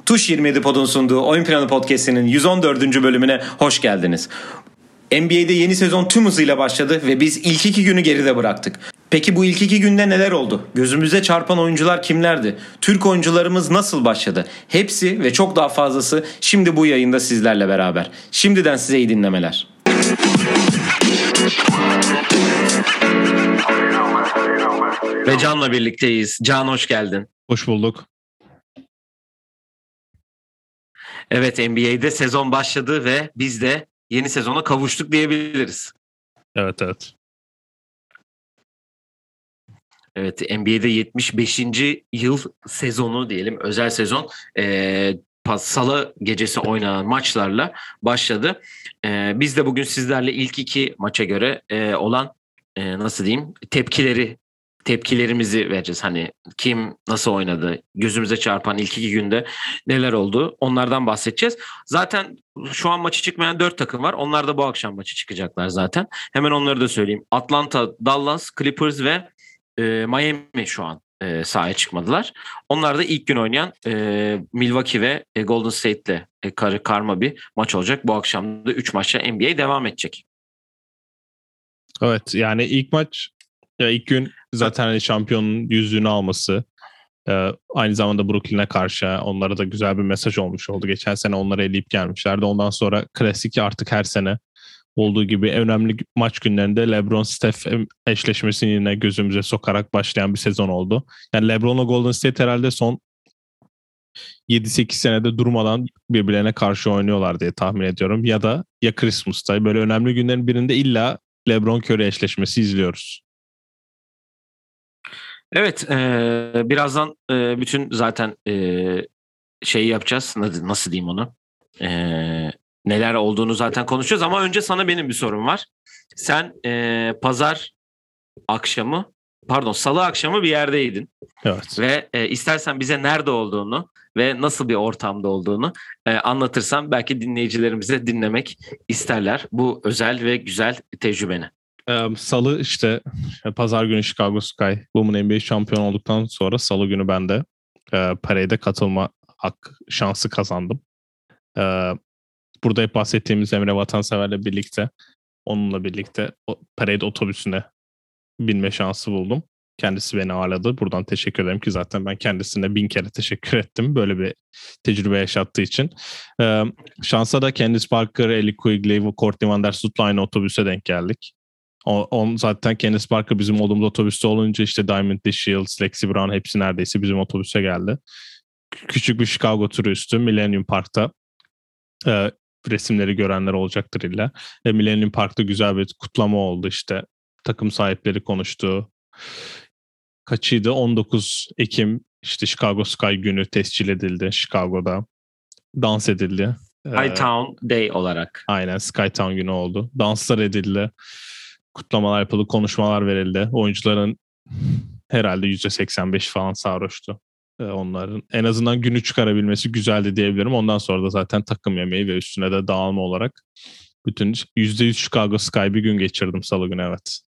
Tuş 27 Pod'un sunduğu Oyun Planı Podcast'inin 114. bölümüne hoş geldiniz. NBA'de yeni sezon tüm hızıyla başladı ve biz ilk 2 günü geride bıraktık. Peki bu ilk 2 günde neler oldu? Gözümüze çarpan oyuncular kimlerdi? Türk oyuncularımız nasıl başladı? Hepsi ve çok daha fazlası şimdi bu yayında sizlerle beraber. Şimdiden size iyi dinlemeler. Ve Can'la birlikteyiz. Can, hoş geldin. Hoş bulduk. Evet, NBA'de sezon başladı ve biz de yeni sezona kavuştuk diyebiliriz. Evet. Evet, NBA'de 75. yıl sezonu diyelim, özel sezon. Salı gecesi oynanan maçlarla başladı. Biz de bugün sizlerle ilk 2 maça göre olan nasıl diyeyim tepkilerimizi vereceğiz. Hani kim nasıl oynadı, gözümüze çarpan ilk 2 günde neler oldu, onlardan bahsedeceğiz. Zaten şu an maçı çıkmayan 4 takım var. Onlar da bu akşam maçı çıkacaklar zaten. Hemen onları da söyleyeyim. Atlanta, Dallas, Clippers ve Miami şu an sahaya çıkmadılar. Onlar da ilk gün oynayan Milwaukee ve Golden State'le karma bir maç olacak. Bu akşam da 3 maçla NBA devam edecek. Evet, yani ilk gün zaten hani şampiyonun yüzüğünü alması, aynı zamanda Brooklyn'e karşı onlara da güzel bir mesaj olmuş oldu. Geçen sene onları eleyip gelmişlerdi. Ondan sonra klasik artık her sene olduğu gibi önemli maç günlerinde LeBron-Steph eşleşmesini yine gözümüze sokarak başlayan bir sezon oldu. Yani LeBron'la Golden State herhalde son 7-8 senede durmadan birbirlerine karşı oynuyorlar diye tahmin ediyorum. Ya Christmas'ta böyle önemli günlerin birinde illa LeBron-Curry eşleşmesi izliyoruz. Evet, birazdan bütün zaten şeyi yapacağız. Nasıl diyeyim onu? Neler olduğunu zaten konuşacağız ama önce sana benim bir sorum var. Sen Salı akşamı bir yerdeydin. Evet. Ve istersen bize nerede olduğunu ve nasıl bir ortamda olduğunu anlatırsan belki dinleyicilerimize dinlemek isterler bu özel ve güzel tecrübeni. Salı işte pazar günü Chicago Sky Women NBA şampiyon olduktan sonra salı günü ben de parade'e katılma şansı kazandım. Burada hep bahsettiğimiz Emre Vatansever'le birlikte onunla birlikte parade otobüsüne binme şansı buldum. Kendisi beni ağırladı. Buradan teşekkür ederim ki zaten ben kendisine 1000 kere teşekkür ettim. Böyle bir tecrübe yaşattığı için. Şansa da Candice Parker, Ellie Quigley ve Courtney Vandersloot'la aynı otobüse denk geldik. Zaten Candice Parker bizim olduğumuz otobüste olunca işte Diamond D. Shields, Lexi Brown hepsi neredeyse bizim otobüse geldi. Küçük bir Chicago turu üstü Millennium Park'ta. Resimleri görenler olacaktır illa. Millennium Park'ta güzel bir kutlama oldu işte. Takım sahipleri konuştu. Kaçıydı? 19 Ekim işte Chicago Sky günü tescil edildi Chicago'da. Dans edildi. Skytown Day olarak. Aynen, Skytown günü oldu. Danslar edildi. Kutlamalar yapıldı, konuşmalar verildi. Oyuncuların herhalde %85 falan sarhoştu. Onların en azından günü çıkarabilmesi güzeldi diyebilirim. Ondan sonra da zaten takım yemeği ve üstüne de dağılma olarak bütün %100 Chicago Sky bir gün geçirdim salı günü, evet.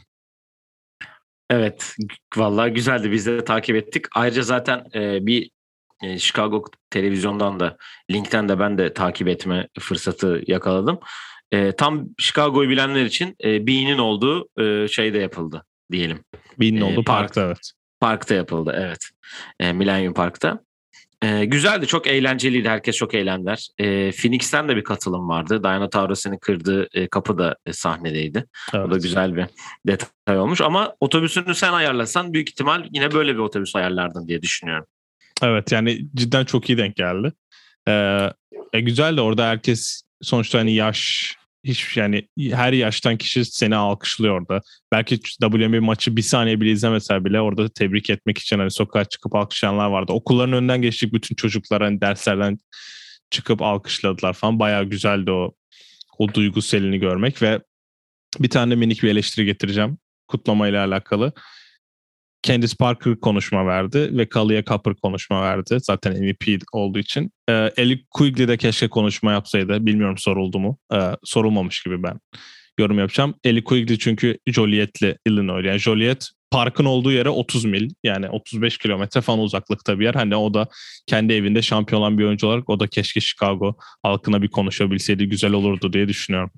Evet, vallahi güzeldi. Biz de takip ettik. Ayrıca zaten bir Chicago televizyondan da linkten de ben de takip etme fırsatı yakaladım. Tam Chicago'yu bilenler için Bean'in olduğu şeyde yapıldı diyelim. Bean'in olduğu parkta, evet. Parkta yapıldı, evet. Millennium Park'ta. Güzeldi, çok eğlenceliydi. Herkes çok eğlendiler. Phoenix'ten de bir katılım vardı. Diana Taurasi'nin kırdığı kapı da sahnedeydi. Evet. O da güzel bir detay olmuş. Ama otobüsünü sen ayarlasan büyük ihtimal yine böyle bir otobüs ayarlardın diye düşünüyorum. Evet, yani cidden çok iyi denk geldi. Güzel de orada herkes sonuçta hani yani her yaştan kişi seni alkışlıyor orada. Belki WNBA maçı bir saniye bile izlemese bile orada tebrik etmek için hani sokağa çıkıp alkışlayanlar vardı. Okulların önünden geçtik, bütün çocuklar hani derslerden çıkıp alkışladılar falan. Bayağı güzeldi o duygu selini görmek ve bir tane minik bir eleştiri getireceğim kutlamayla alakalı. Candice Parker konuşma verdi ve Kalia Copper konuşma verdi. Zaten MVP olduğu için. Ellie Quigley de keşke konuşma yapsaydı. Bilmiyorum soruldu mu? Sorulmamış gibi ben yorum yapacağım. Ellie Quigley çünkü Joliet'li Illinois. Yani Joliet parkın olduğu yere 30 mil, yani 35 kilometre falan uzaklıkta bir yer. Hani o da kendi evinde şampiyon olan bir oyuncu olarak o da keşke Chicago halkına bir konuşabilseydi, güzel olurdu diye düşünüyorum.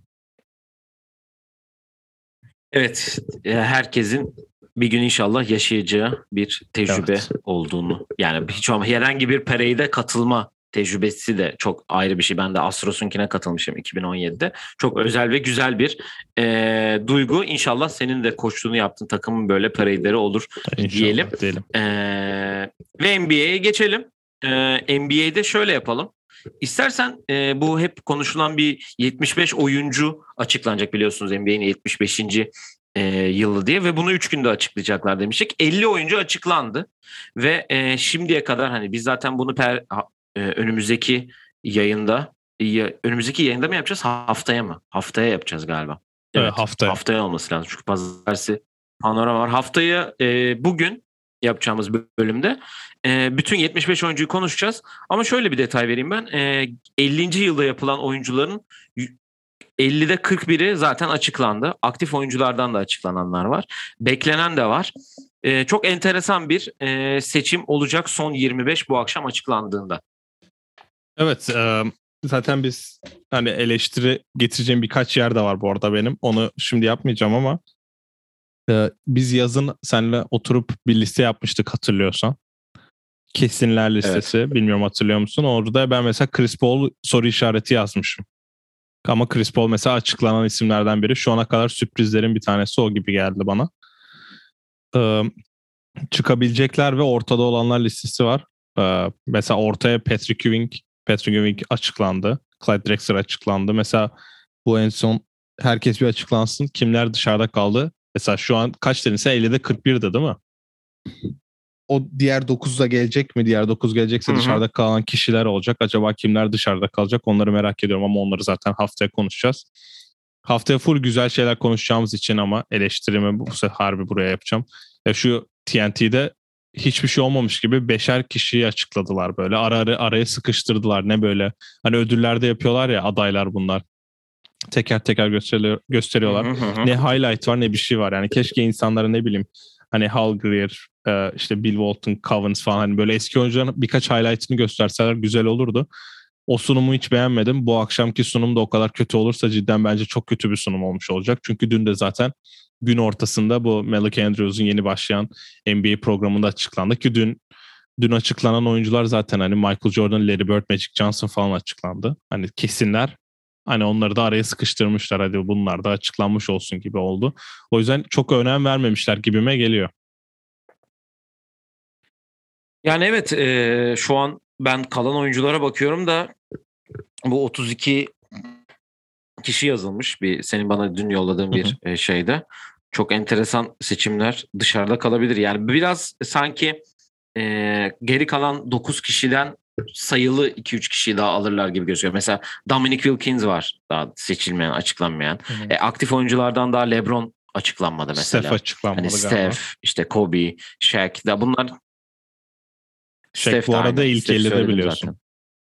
Evet, herkesin bir gün inşallah yaşayacağı bir tecrübe olduğunu. Yani hiç olmaz herhangi bir parade'e katılma tecrübesi de çok ayrı bir şey. Ben de Astros'unkine katılmışım 2017'de. Çok özel ve güzel bir duygu. İnşallah senin de koçluğunu yaptığın takımın böyle parade'leri olur diyelim. Diyelim. Ve NBA'ye geçelim. NBA'de şöyle yapalım. İstersen bu hep konuşulan bir 75 oyuncu açıklanacak, biliyorsunuz NBA'nin 75. Yılı diye ve bunu 3 günde açıklayacaklar demiştik. 50 oyuncu açıklandı ve şimdiye kadar hani biz zaten bunu önümüzdeki yayında mı yapacağız, haftaya mı? Haftaya yapacağız galiba. Evet, haftaya olması lazım çünkü pazartesi panorama var. Haftaya bugün yapacağımız bölümde bütün 75 oyuncuyu konuşacağız. Ama şöyle bir detay vereyim ben. 50. yılda yapılan oyuncuların 50'de 41'i zaten açıklandı. Aktif oyunculardan da açıklananlar var. Beklenen de var. Çok enteresan bir seçim olacak son 25 bu akşam açıklandığında. Evet, zaten biz hani eleştiri getireceğim birkaç yer de var bu arada benim. Onu şimdi yapmayacağım ama biz yazın seninle oturup bir liste yapmıştık, hatırlıyorsan. Kesinler listesi. Evet. Bilmiyorum, hatırlıyor musun? Orada ben mesela Chris Paul soru işareti yazmışım. Ama Chris Paul mesela açıklanan isimlerden biri. Şu ana kadar sürprizlerin bir tanesi o gibi geldi bana. Çıkabilecekler ve ortada olanlar listesi var. Mesela ortaya Patrick Ewing açıklandı. Clyde Drexler açıklandı. Mesela bu en son herkes bir açıklansın. Kimler dışarıda kaldı? Mesela şu an kaç denilse 50'de 41'de değil mi? O diğer 9'da gelecek mi? Diğer 9 gelecekse dışarıda kalan kişiler olacak. Acaba kimler dışarıda kalacak? Onları merak ediyorum ama onları zaten haftaya konuşacağız. Haftaya full güzel şeyler konuşacağımız için ama eleştirimi bu sefer harbi buraya yapacağım. Ya şu TNT'de hiçbir şey olmamış gibi 5'er kişiyi açıkladılar böyle. Araya sıkıştırdılar. Ne böyle? Hani ödüllerde yapıyorlar ya adaylar bunlar. Teker teker gösteriyorlar. Ne highlight var ne bir şey var. Yani keşke insanlara ne bileyim hani Hal Greer, işte Bill Walton, Covens falan hani böyle eski oyuncuların birkaç highlight'ını gösterseler güzel olurdu. O sunumu hiç beğenmedim. Bu akşamki sunum da o kadar kötü olursa cidden bence çok kötü bir sunum olmuş olacak. Çünkü dün de zaten gün ortasında bu Malaki Andrews'un yeni başlayan NBA programında açıklandı ki dün açıklanan oyuncular zaten hani Michael Jordan, Larry Bird, Magic Johnson falan açıklandı. Hani kesinler. Hani onları da araya sıkıştırmışlar. Hadi bunlar da açıklanmış olsun gibi oldu. O yüzden çok önem vermemişler gibime geliyor. Yani evet, şu an ben kalan oyunculara bakıyorum da bu 32 kişi yazılmış bir senin bana dün yolladığın bir şeyde. Çok enteresan seçimler dışarıda kalabilir. Yani biraz sanki geri kalan 9 kişiden sayılı 2-3 kişiyi daha alırlar gibi gözüküyor. Mesela Dominic Wilkins var daha seçilmeyen, açıklanmayan. Aktif oyunculardan daha LeBron açıklanmadı mesela. Steph açıklanmadı hani galiba. Steph, işte Kobe, Shaq da bunlar. Shaq bu arada ilk 50'de biliyorsun. Zaten.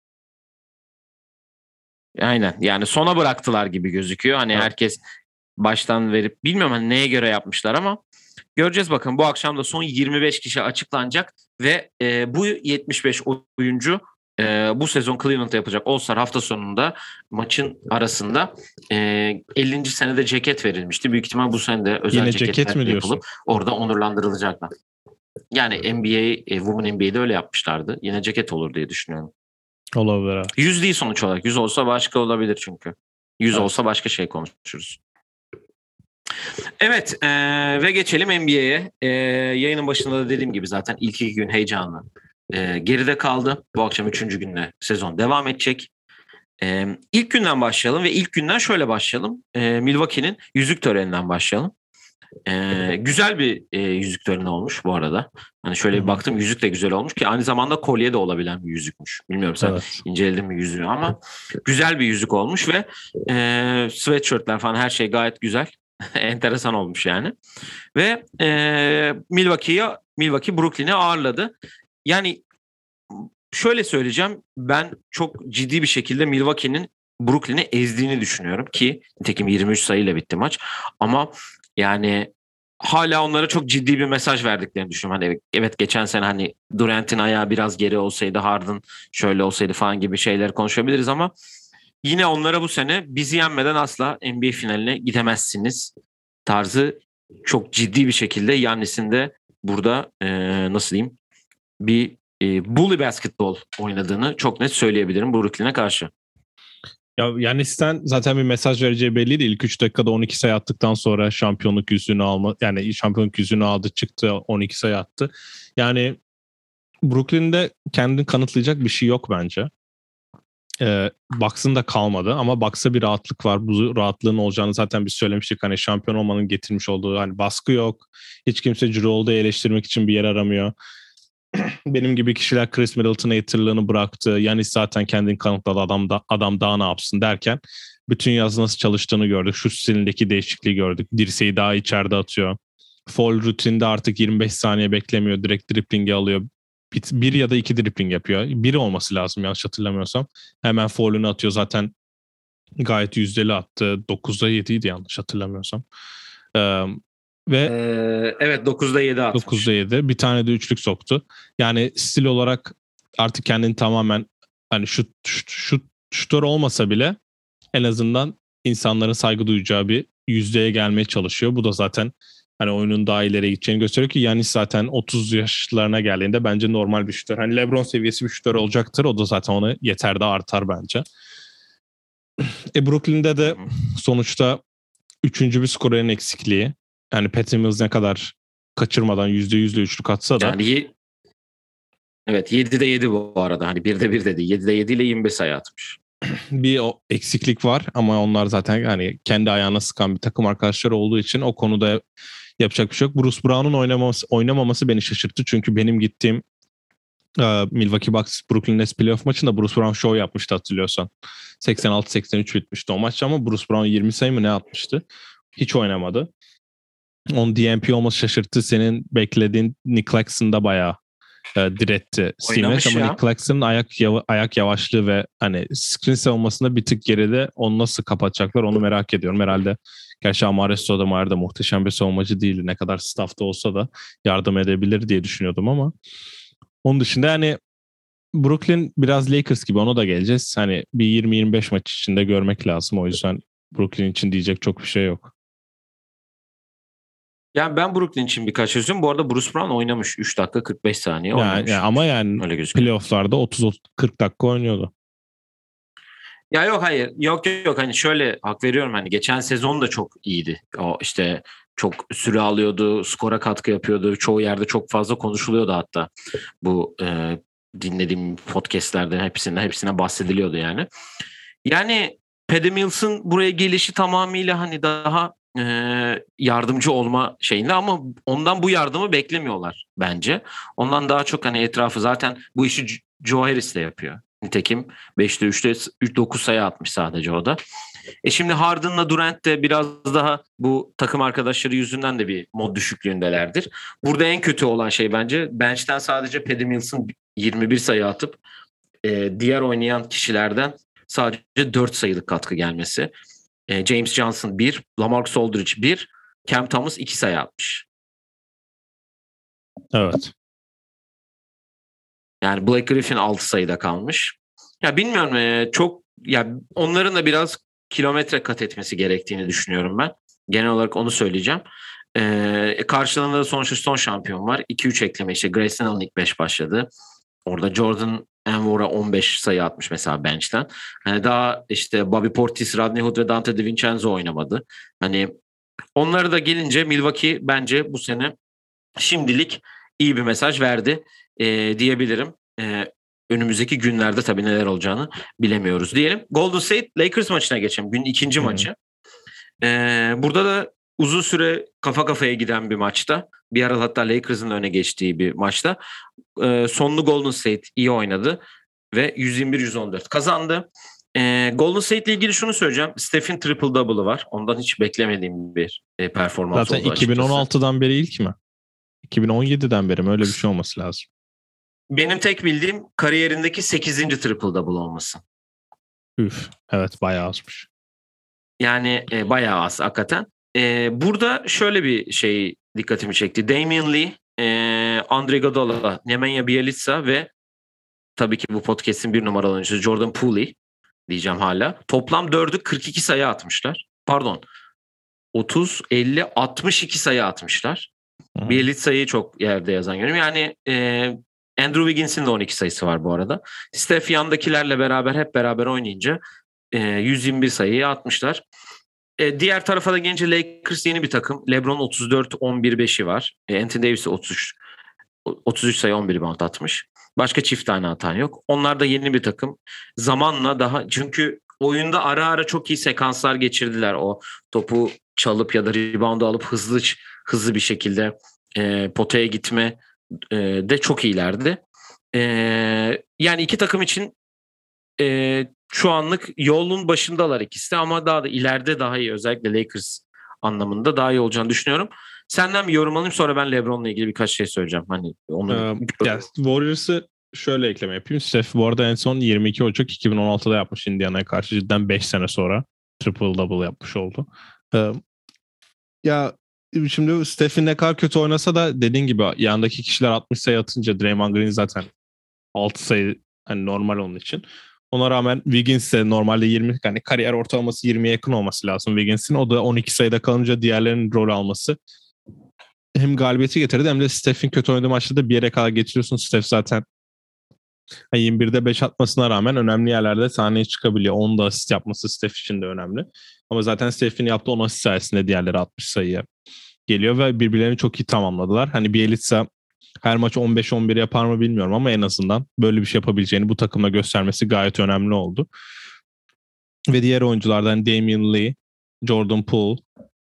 Aynen. Yani sona bıraktılar gibi gözüküyor. Hani herkes baştan verip bilmiyorum hani neye göre yapmışlar ama göreceğiz bakın. Bu akşam da son 25 kişi açıklanacak ve bu 75 oyuncu bu sezon Cleveland'da yapacak All-Star hafta sonunda maçın arasında 50. senede ceket verilmişti. Büyük ihtimal bu sene de özel yine ceketler ceket yapılıp orada onurlandırılacaklar. Yani NBA, Women NBA'de öyle yapmışlardı. Yine ceket olur diye düşünüyorum. Olabilir. Evet. 100 değil sonuç olarak. 100 olsa başka olabilir çünkü. 100 olsa başka şey konuşuruz. Evet ve geçelim NBA'ye. Yayının başında da dediğim gibi zaten ilk 2 gün heyecanlı. Geride kaldı. Bu akşam 3. günde sezon devam edecek. İlk günden başlayalım ve ilk günden şöyle başlayalım. Milwaukee'nin yüzük töreninden başlayalım. Güzel bir yüzük töreni olmuş bu arada. Hani şöyle bir baktım, yüzük de güzel olmuş ki aynı zamanda kolye de olabilen bir yüzükmüş. Bilmiyorum sen inceledin mi yüzüğü ama güzel bir yüzük olmuş ve sweatshirtler falan her şey gayet güzel. Enteresan olmuş yani. Ve Milwaukee Brooklyn'i ağırladı. Yani şöyle söyleyeceğim, ben çok ciddi bir şekilde Milwaukee'nin Brooklyn'i ezdiğini düşünüyorum ki nitekim 23 sayıyla bitti maç. Ama yani hala onlara çok ciddi bir mesaj verdiklerini düşünüyorum. Hani evet, geçen sene hani Durant'in ayağı biraz geri olsaydı, Harden şöyle olsaydı falan gibi şeyler konuşabiliriz ama yine onlara bu sene bizi yenmeden asla NBA finaline gidemezsiniz tarzı çok ciddi bir şekilde Giannis'in de burada nasıl diyeyim bir bully basketbol oynadığını çok net söyleyebilirim Brooklyn'e karşı. Ya Yanis'ten zaten bir mesaj vereceği belliydi. İlk 3 dakikada 12 sayı attıktan sonra şampiyonluk yüzüğünü yani şampiyonluk yüzüğünü aldı, çıktı, 12 sayı attı. Yani Brooklyn'de kendini kanıtlayacak bir şey yok bence. Bucks'ın da kalmadı ama Bucks'a bir rahatlık var. Bu rahatlığın olacağını zaten biz söylemiştik. Hani şampiyon olmanın getirmiş olduğu hani baskı yok. Hiç kimse Jrue Holiday'i eleştirmek için bir yer aramıyor. Benim gibi kişiler Chris Middleton haterlığını bıraktı. Yanis zaten kendini kanıtladı, adam daha ne yapsın derken bütün yaz nasıl çalıştığını gördük. Şu stilindeki değişikliği gördük. Dirseği daha içeride atıyor. Foul rutinde artık 25 saniye beklemiyor. Direkt dripling'i alıyor. Bir ya da iki dribbling yapıyor. Biri olması lazım yanlış hatırlamıyorsam. Hemen foul'ünü atıyor. Zaten gayet yüzdeli attı. 9'da 7 idi yanlış hatırlamıyorsam. Ee, ve Evet, 9'da 7 atmış. 9'da 7. Bir tane de üçlük soktu. Yani stil olarak artık kendini tamamen hani şutör olmasa bile en azından insanların saygı duyacağı bir yüzdeye gelmeye çalışıyor. Bu da zaten hani oyunun daha ileriye gideceğini gösteriyor ki Yanis zaten 30 yaşlarına geldiğinde bence normal bir şutör. Hani LeBron seviyesi bir şutör olacaktır. O da zaten ona yeter de artar bence. Brooklyn'de de sonuçta üçüncü bir skorerin eksikliği. Yani Patty Mills ne kadar kaçırmadan %100'le üçlük atsa da Yani evet, 7'de 7 bu arada. Hani 1'de 1 dedi. 7'de 7 ile 25 sayı atmış. bir o eksiklik var ama onlar zaten hani kendi ayağına sıkan bir takım arkadaşları olduğu için o konuda yapacak bir şey yok. Bruce Brown'un oynamaması beni şaşırttı. Çünkü benim gittiğim Milwaukee Bucks Brooklyn Nets playoff maçında Bruce Brown show yapmıştı hatırlıyorsan. 86-83 bitmişti o maç ama Bruce Brown 20 sayı mı ne atmıştı? Hiç oynamadı. Onun DNP olması şaşırttı. Senin beklediğin Nick Claxton'da bayağı diretti Steve Nash ama Nick Claxton'ın ayak yavaşlığı ve hani screen savunmasında bir tık geride, onu nasıl kapatacaklar onu merak ediyorum. Herhalde gerçi Amar'e Stoudemire de muhteşem bir savunmacı değildi. Ne kadar staff'ta olsa da yardım edebilir diye düşünüyordum ama onun dışında hani Brooklyn biraz Lakers gibi, ona da geleceğiz. Hani bir 20-25 maç içinde görmek lazım. O yüzden Brooklyn için diyecek çok bir şey yok. Yani ben Brooklyn için birkaç sözüm. Bu arada Bruce Brown oynamış. 3 dakika 45 saniye oynamış. Ama yani öyle gözüküyor. Playoff'larda 30-40 dakika oynuyordu. Ya yok, hayır. Yok, hani şöyle hak veriyorum, hani geçen sezon da çok iyiydi. O işte çok süre alıyordu, skora katkı yapıyordu. Çoğu yerde çok fazla konuşuluyordu hatta. Bu dinlediğim podcastlerde hepsine bahsediliyordu yani. Yani Patty Mills'ın buraya gelişi tamamıyla hani daha yardımcı olma şeyinde ama ondan bu yardımı beklemiyorlar bence. Ondan daha çok hani etrafı zaten bu işi Joe Harris de yapıyor. Nitekim 5'te 3'te 9 sayı atmış sadece o da. Şimdi Harden'la Durant de biraz daha bu takım arkadaşları yüzünden de bir mod düşüklüğündelerdir. Burada en kötü olan şey bence bench'ten sadece Patty Mills'ın 21 sayı atıp diğer oynayan kişilerden sadece 4 sayılık katkı gelmesi. James Johnson 1, LaMarcus Aldridge 1, Cam Thomas 2 sayı atmış. Evet. Yani Blake Griffin 6 sayıda kalmış. Ya bilmiyorum, çok ya onların da biraz kilometre kat etmesi gerektiğini düşünüyorum ben. Genel olarak onu söyleyeceğim. Karşılığında da sonuçta son şampiyon var. 2-3 ekleme, işte Grayson Allen ilk 5 başladı. Orada Jordan Envora 15 sayı atmış mesela bench'ten. Hani daha işte Bobby Portis, Rodney Hood ve Dante DiVincenzo oynamadı. Hani onları da gelince Milwaukee bence bu sene şimdilik iyi bir mesaj verdi diyebilirim. Önümüzdeki günlerde tabii neler olacağını bilemiyoruz diyelim. Golden State Lakers maçına geçelim. Günün ikinci maçı. Burada da uzun süre kafa kafaya giden bir maçta. Bir ara hatta Lakers'ın öne geçtiği bir maçta. Sonlu Golden State iyi oynadı ve 121-114 kazandı. Golden State ile ilgili şunu söyleyeceğim. Steph'in triple double'ı var. Ondan hiç beklemediğim bir performans zaten oldu açıkçası. 2016'dan beri ilk mi? 2017'den beri mi? Öyle bir şey olması lazım. Benim tek bildiğim kariyerindeki 8. triple double olması. Üf, evet bayağı azmış. Yani bayağı az hakikaten. Burada şöyle bir şey dikkatimi çekti. Damian Lee, Andre Iguodala, Nemanja Bjelica ve tabii ki bu podcast'in bir numaralı oyuncusu Jordan Poole diyeceğim hala. Toplam 4'ü 42 sayı atmışlar. Pardon. 30, 50, 62 sayı atmışlar. Hı-hı. Bjelica'yı çok yerde yazan görüyorum. Yani Andrew Wiggins'in de 12 sayısı var bu arada. Steph yandakilerle beraber hep beraber oynayınca 121 sayıyı atmışlar. Diğer tarafa da gelince Lakers yeni bir takım. LeBron 34, 11-5'i var. Anthony Davis 33 sayı 11 rebound atmış. Başka çift tane atan yok. Onlar da yeni bir takım. Zamanla daha çünkü oyunda ara ara çok iyi sekanslar geçirdiler. O topu çalıp ya da reboundu alıp hızlı bir şekilde potaya gitme de çok iyilerdi. Yani iki takım için şu anlık yolun başındalar ikisi de ama daha da ileride daha iyi, özellikle Lakers anlamında daha iyi olacağını düşünüyorum. Senden bir yorum alayım, sonra ben LeBron'la ilgili birkaç şey söyleyeceğim. Hani onu Warriors'ı şöyle ekleme yapayım. Steph bu arada en son 22 Ocak 2016'da yapmış Indiana'ya karşı. Cidden 5 sene sonra triple double yapmış oldu. Ya şimdi Steph'in ne kadar kötü oynasa da dediğin gibi yandaki kişiler 60 sayı atınca Draymond Green zaten 6 sayı hani normal onun için. Ona rağmen Wiggins de normalde 20, hani kariyer ortalaması 20'ye yakın olması lazım Wiggins'in. O da 12 sayıda kalınca diğerlerinin rol alması hem galibiyeti getirdi hem de Steph'in kötü oynadığı maçta da bir yere kadar getiriyorsun. Steph zaten 21'de 5 atmasına rağmen önemli yerlerde sahneye çıkabiliyor. 10 da asist yapması Steph için de önemli. Ama zaten Steph'in yaptığı 10 asist sayesinde diğerleri 60 sayıya geliyor ve birbirlerini çok iyi tamamladılar. Hani Bjelica her maç 15-11 yapar mı bilmiyorum ama en azından böyle bir şey yapabileceğini bu takımla göstermesi gayet önemli oldu. Ve diğer oyunculardan Damian Lee, Jordan Poole,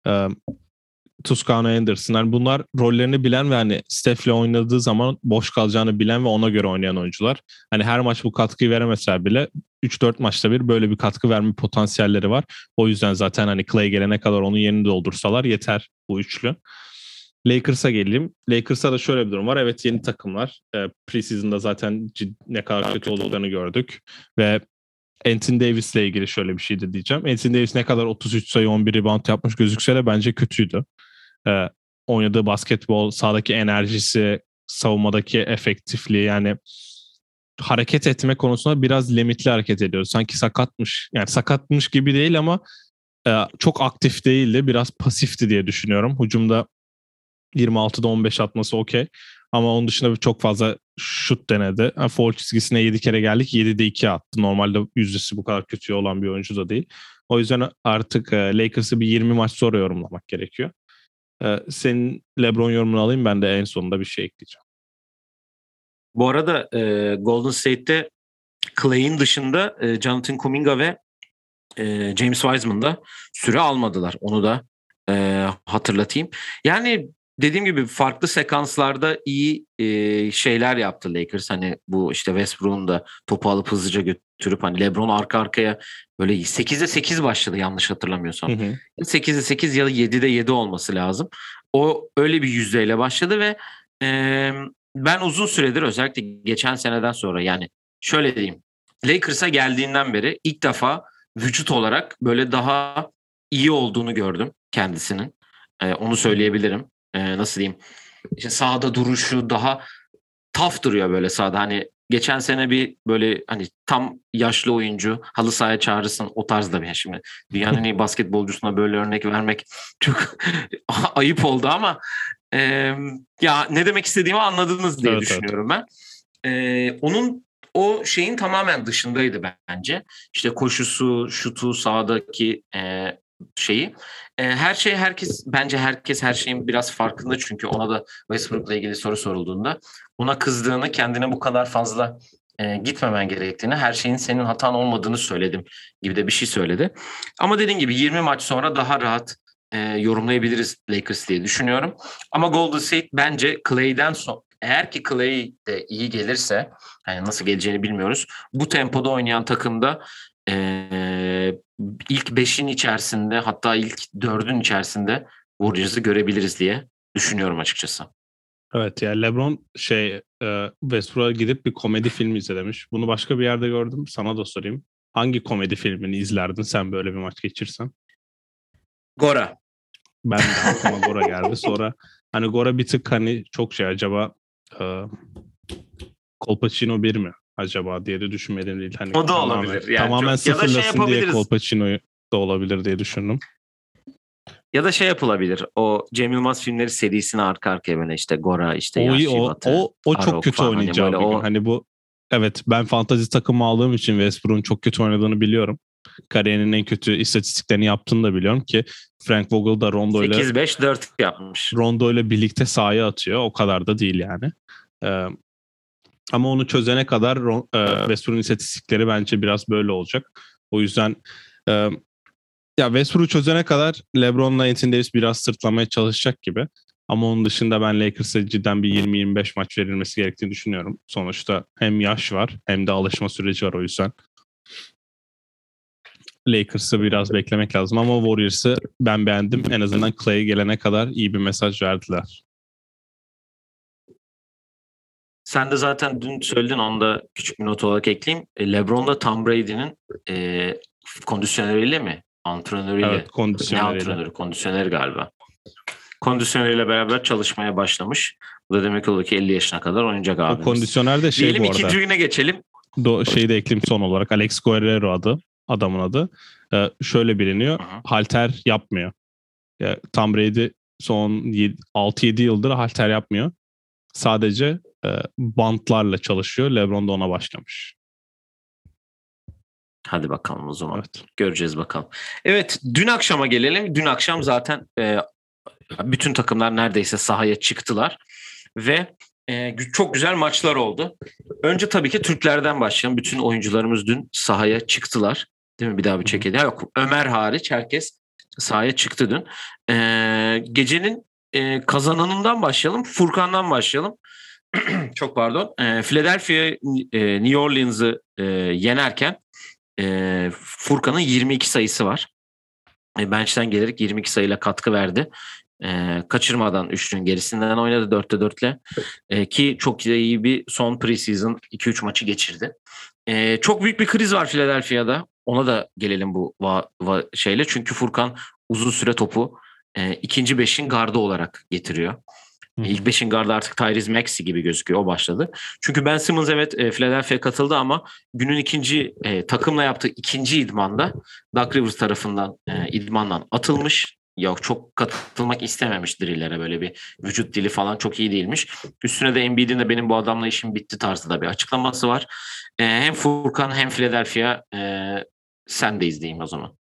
Toscano Anderson. Yani bunlar rollerini bilen ve hani Steph'le oynadığı zaman boş kalacağını bilen ve ona göre oynayan oyuncular. Hani her maç bu katkıyı veremeseler bile 3-4 maçta bir böyle bir katkı verme potansiyelleri var. O yüzden zaten hani Clay gelene kadar onun yerini doldursalar yeter bu üçlü. Lakers'a geleyim. Lakers'a da şöyle bir durum var. Evet, yeni takımlar. Preseason'da zaten ne kadar kötü olduklarını gördük. Ve Anthony Davis'le ilgili şöyle bir şey de diyeceğim. Anthony Davis ne kadar 33 sayı 11 rebound yapmış gözükse de bence kötüydü. Oynadığı basketbol, sahadaki enerjisi, savunmadaki efektifliği, yani hareket etme konusunda biraz limitli hareket ediyor. Sanki sakatmış. Yani sakatmış gibi değil ama çok aktif değildi. Biraz pasifti diye düşünüyorum. Hücumda 26'da 15 atması okey. Ama onun dışında çok fazla şut denedi. Yani foul çizgisine 7 kere geldik. 7'de 2 attı. Normalde yüzdesi bu kadar kötü olan bir oyuncu da değil. O yüzden artık Lakers'ı bir 20 maç sonra yorumlamak gerekiyor. Senin LeBron yorumunu alayım, ben de en sonunda bir şey ekleyeceğim. Bu arada Golden State'te Clay'in dışında Jonathan Kuminga ve James Wiseman da süre almadılar. Onu da hatırlatayım. Yani dediğim gibi farklı sekanslarda iyi şeyler yaptı Lakers. Hani bu işte Westbrook'un da topu alıp hızlıca götürüp hani LeBron arka arkaya böyle 8'de 8 başladı yanlış hatırlamıyorsam. 8'de 8 ya da 7'de 7 olması lazım. O öyle bir yüzdeyle başladı ve ben uzun süredir, özellikle geçen seneden sonra, yani şöyle diyeyim, Lakers'a geldiğinden beri ilk defa vücut olarak böyle daha iyi olduğunu gördüm kendisinin. Onu söyleyebilirim. Nasıl diyeyim? İşte sahada duruşu daha tough duruyor böyle sahada. Hani geçen sene bir böyle hani tam yaşlı oyuncu halı sahaya çağırırsın, o tarzda bir şimdi. Dünyanın en iyi basketbolcusuna böyle örnek vermek çok ayıp oldu ama e, ya ne demek istediğimi anladınız diye düşünüyorum ben. Onun o şeyin tamamen dışındaydı bence. İşte koşusu, şutu, sahadaki şeyi. Herkes her şeyin biraz farkında, çünkü ona da Westbrook'la ilgili soru sorulduğunda ona kızdığını, kendine bu kadar fazla gitmemen gerektiğini, her şeyin senin hatan olmadığını söyledim gibi de bir şey söyledi. Ama dediğim gibi 20 maç sonra daha rahat yorumlayabiliriz Lakers diye düşünüyorum. Ama Golden State bence Clay'den sonra, eğer ki Clay de iyi gelirse, yani nasıl geleceğini bilmiyoruz, bu tempoda oynayan takımda ilk 5'in içerisinde, hatta ilk 4'ün içerisinde Warriors'ı görebiliriz diye düşünüyorum açıkçası. Evet, yani LeBron Westbrook'a gidip bir komedi filmi izlemiş. Bunu başka bir yerde gördüm. Sana da sorayım. Hangi komedi filmini izlerdin sen böyle bir maç geçirsen? Gora. Ben de aklıma Gora geldi. Sonra hani Gora bir tık hani çok şey acaba Kolpaçino 1 mi acaba diye de düşünmedim değil. Hani O da tamamen, olabilir. Yani tamamen çok, ya da şey sıfırlasın diye yapabiliriz. Kolpaçino'yu da olabilir diye düşündüm. Ya da şey yapılabilir. O Cem Yılmaz filmleri serisini arka arkaya böyle işte Gora, işte O iyi, Yahşi Batı, o çok Arok kötü falan. Hani böyle oynayacağı bir gün. o Hani bu, evet, ben fantazi takımı aldığım için Westbrook'un çok kötü oynadığını biliyorum. Kariyerinin en kötü istatistiklerini yaptığını da biliyorum ki Frank Vogel da 8-5-4 yapmış. Rondo ile birlikte sahaya atıyor. O kadar da değil yani. Ee, Ama onu çözene kadar Westbrook'un istatistikleri bence biraz böyle olacak. O yüzden e, ya Westbrook'u çözene kadar LeBron'la Anthony Davis biraz sırtlamaya çalışacak gibi. Ama onun dışında ben Lakers'a cidden bir 20-25 maç verilmesi gerektiğini düşünüyorum. Sonuçta hem yaş var hem de alışma süreci var o yüzden. Lakers'ı biraz beklemek lazım ama Warriors'ı ben beğendim. En azından Clay gelene kadar iyi bir mesaj verdiler. Sen de zaten dün söyledin, onu da küçük bir not olarak ekleyeyim. LeBron da Tom Brady'nin kondisyoneriyle mi? Antrenörüyle. Evet, Ne kondisyoneriyle. antrenörü? Kondisyoneri galiba. Kondisyoneriyle beraber çalışmaya başlamış. Bu da demek oluyor ki 50 yaşına kadar oynayacak O abimiz. kondisyoner de şey Diyelim bu arada. ikinci güne geçelim. Şeyi de ekleyeyim son olarak. Alex Guerrero adamın adı. Şöyle biliniyor. Hı hı. Halter yapmıyor. Tom Brady son 6-7 yıldır halter yapmıyor. Sadece bantlarla çalışıyor. LeBron da ona başlamış. Hadi bakalım o zaman. Evet. Göreceğiz bakalım. Evet, dün akşama gelelim. Dün akşam zaten bütün takımlar neredeyse sahaya çıktılar. Ve çok güzel maçlar oldu. Önce tabii ki Türklerden başlayalım. Bütün oyuncularımız dün sahaya çıktılar. Değil mi? Bir daha bir çekelim. Yok, Ömer hariç herkes sahaya çıktı dün. Gecenin kazananından başlayalım. Furkan'dan başlayalım. Çok pardon. Philadelphia New Orleans'ı yenerken Furkan'ın 22 sayısı var. Bench'ten gelerek 22 sayıyla katkı verdi. Kaçırmadan üçlünün gerisinden oynadı 4'te 4'le. Ki çok iyi bir son preseason 2-3 maçı geçirdi. Çok büyük bir kriz var Philadelphia'da. Ona da gelelim bu şeyle. Çünkü Furkan uzun süre topu ikinci beşin gardı olarak getiriyor. İlk beşin gardı artık Tyrese Maxey gibi gözüküyor. O başladı. Çünkü Ben Simmons evet Philadelphia'ya katıldı ama günün ikinci takımla yaptığı ikinci idmanda Doug Rivers tarafından idmandan atılmış. Yok, çok katılmak istememiş drillere, böyle bir vücut dili falan çok iyi değilmiş. Üstüne de Embiid'in de benim bu adamla işim bitti tarzı da bir açıklaması var. Hem Furkan hem Philadelphia, sen de izleyeyim o zaman.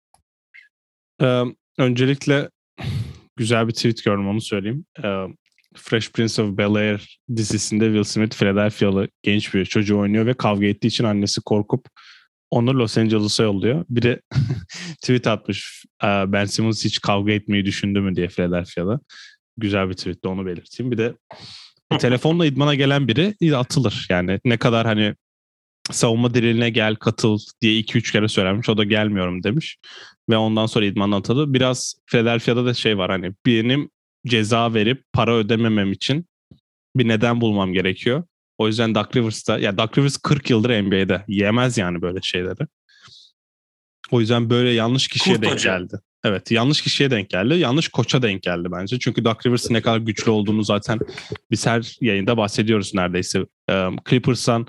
Öncelikle güzel bir tweet gördüm, onu söyleyeyim. Fresh Prince of Bel-Air dizisinde Will Smith Philadelphia'lı genç bir çocuğu oynuyor ve kavga ettiği için annesi korkup onu Los Angeles'a yolluyor. Bir de tweet atmış, Ben Simmons hiç kavga etmeyi düşündü mü diye Philadelphia'da. Güzel bir tweet de, onu belirteyim. Bir de telefonla idmana gelen biri atılır. Yani ne kadar hani savunma diriline gel katıl diye 2-3 kere söylenmiş. O da gelmiyorum demiş. Ve ondan sonra idmandan atıldı. Biraz Philadelphia'da da şey var, hani benim ceza verip para ödememem için bir neden bulmam gerekiyor. O yüzden Doug Rivers'ta, ya Doug Rivers 40 yıldır NBA'de yemez yani böyle şeyleri. O yüzden böyle yanlış kişiye denk geldi. Evet, yanlış kişiye denk geldi. Yanlış koça denk geldi bence. Çünkü Doug Rivers'ın ne kadar güçlü olduğunu zaten biz her yayında bahsediyoruz neredeyse. Clippers'tan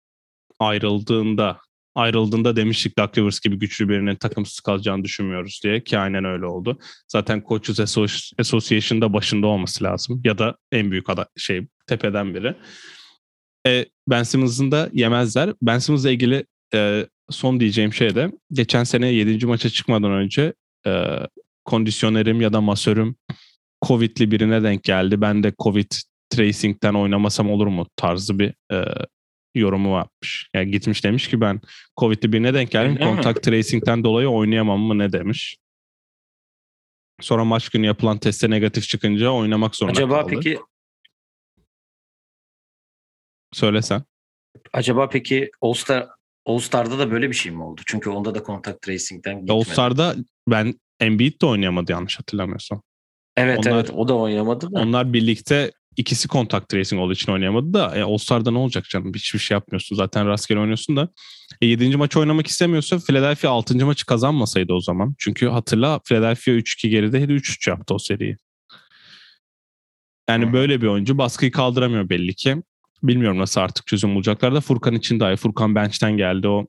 ayrıldığında demiştik Doug Rivers gibi güçlü birinin takımsız kalacağını düşünmüyoruz diye, ki aynen öyle oldu. Zaten Coaches Association'da başında olması lazım ya da en büyük tepeden biri. Ben Simmons'ın da yemezler. Ben Simmons'la ilgili son diyeceğim şey de, geçen sene 7. maça çıkmadan önce kondisyonerim ya da masörüm Covid'li birine denk geldi. Ben de Covid tracing'ten oynamasam olur mu tarzı bir yorumu varmış. Yani gitmiş demiş ki ben Covid'li birine denk geldim. Kontak tracing'ten dolayı oynayamam mı ne demiş. Sonra maç günü yapılan testte negatif çıkınca oynamak zorunda kaldı. Acaba peki söylesen. Acaba peki All-Star'da da böyle bir şey mi oldu? Çünkü onda da contact tracing'den gitmedi. All-Star'da ben Embiid de oynayamadı yanlış hatırlamıyorsam. Evet, o da oynayamadı da. Onlar birlikte ikisi contact tracing olduğu için oynayamadı da All-Star'da ne olacak canım? Hiçbir şey yapmıyorsun. Zaten rastgele oynuyorsun da. 7. maç oynamak istemiyorsa Philadelphia 6. maçı kazanmasaydı o zaman. Çünkü hatırla Philadelphia 3-2 gerideydi. 3-3 yaptı o seriyi. Yani böyle bir oyuncu baskıyı kaldıramıyor belli ki. Bilmiyorum nasıl artık çözüm bulacaklar da Furkan için dahi. Furkan bench'ten geldi. O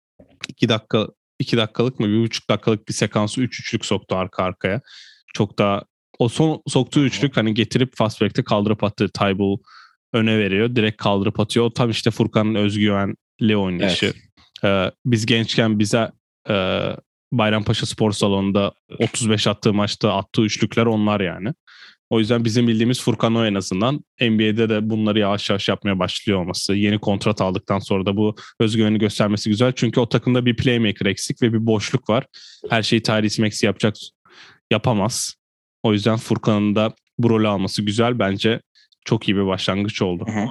2 dakikalık mı 1,5 dakikalık bir sekansı 3-3'lük soktu arka arkaya. Çok da o son soktuğu üçlük hani getirip fast break'te kaldırıp attı. Tybal öne veriyor. Direkt kaldırıp atıyor. O tam işte Furkan'ın özgüvenli oynayışı. Evet. Biz gençken bize Bayrampaşa Spor Salonu'nda 35 attığı maçta attığı üçlükler onlar yani. O yüzden bizim bildiğimiz Furkan o en azından. NBA'de de bunları yavaş yavaş yapmaya başlıyor olması. Yeni kontrat aldıktan sonra da bu özgüveni göstermesi güzel. Çünkü o takımda bir playmaker eksik ve bir boşluk var. Her şeyi Tyrese Maxey yapamaz. O yüzden Furkan'ın da bu rolü alması güzel. Bence çok iyi bir başlangıç oldu. Hı hı.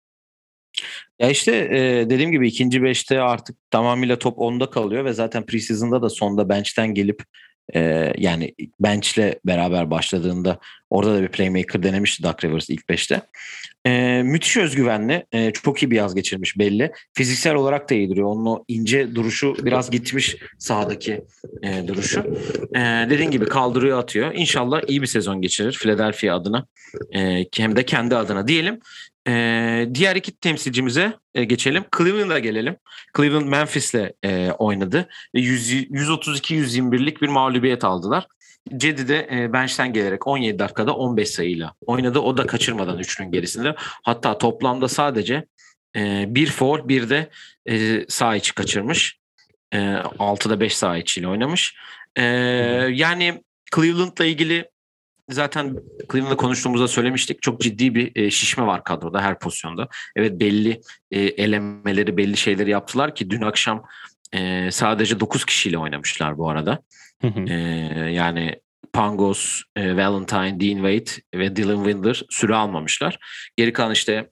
Ya işte dediğim gibi ikinci beşte artık tamamıyla top onda kalıyor ve zaten preseason'da da sonda bench'ten gelip yani bench'le beraber başladığında orada da bir playmaker denemişti Doug Rivers ilk beşte. Müthiş özgüvenli, çok iyi bir yaz geçirmiş belli. Fiziksel olarak da iyi duruyor. Onun o ince duruşu biraz gitmiş sahadaki duruşu. Dediğin gibi kaldırıyor atıyor. İnşallah iyi bir sezon geçirir Philadelphia adına hem de kendi adına diyelim. Diğer iki temsilcimize geçelim. Cleveland'a gelelim. Cleveland Memphis'le oynadı. 132-121'lik bir mağlubiyet aldılar. Cedi de bench'ten gelerek 17 dakikada 15 sayıyla oynadı. O da kaçırmadan üçlünün gerisinde. Hatta toplamda sadece bir foul bir de sağ içi kaçırmış. 6'da 5 sağ içiyle oynamış. Yani Cleveland'la ilgili zaten Cleveland'la konuştuğumuzda söylemiştik. Çok ciddi bir şişme var kadroda her pozisyonda. Evet belli elemeleri, belli şeyleri yaptılar ki dün akşam sadece 9 kişiyle oynamışlar bu arada. Yani Pangos, Valentine, Dean Wade ve Dylan Windler süre almamışlar. Geri kalan işte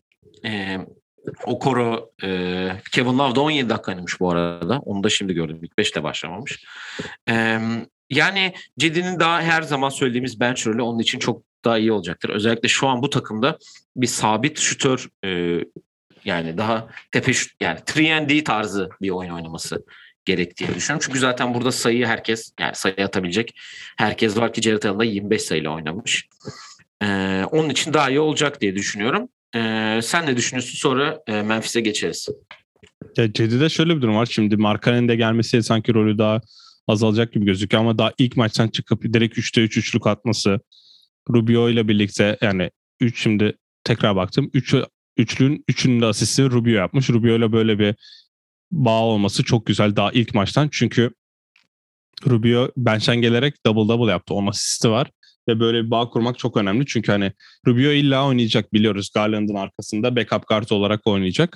Okoro, Kevin Love da 17 dakika oynamış bu arada. Onu da şimdi gördüm. İlk 5'te başlamamış. Yani Cedi'nin daha her zaman söylediğimiz bench rolü onun için çok daha iyi olacaktır. Özellikle şu an bu takımda bir sabit şutör yani daha tepe şut yani 3&D tarzı bir oyun oynaması gerektiğini düşünüyorum. Çünkü zaten burada yani sayı atabilecek herkes var ki Jared Allen'da 25 sayıyla oynamış. Onun için daha iyi olacak diye düşünüyorum. Sen ne düşünüyorsun? Sonra Memphis'e geçeriz. Ya Cedi'de şöyle bir durum var. Şimdi Markkanen'in de gelmesiyle sanki rolü daha azalacak gibi gözüküyor ama daha ilk maçtan çıkıp direkt 3'te 3 üçlük atması Rubio ile birlikte yani şimdi tekrar baktım. Üçlünün 3'ünün de asisti Rubio yapmış. Rubio ile böyle bir bağ olması çok güzel daha ilk maçtan. Çünkü Rubio bench'ten gelerek double yaptı. 10 asisti var. Ve böyle bir bağ kurmak çok önemli. Çünkü hani Rubio illa oynayacak biliyoruz. Garland'ın arkasında backup guard olarak oynayacak.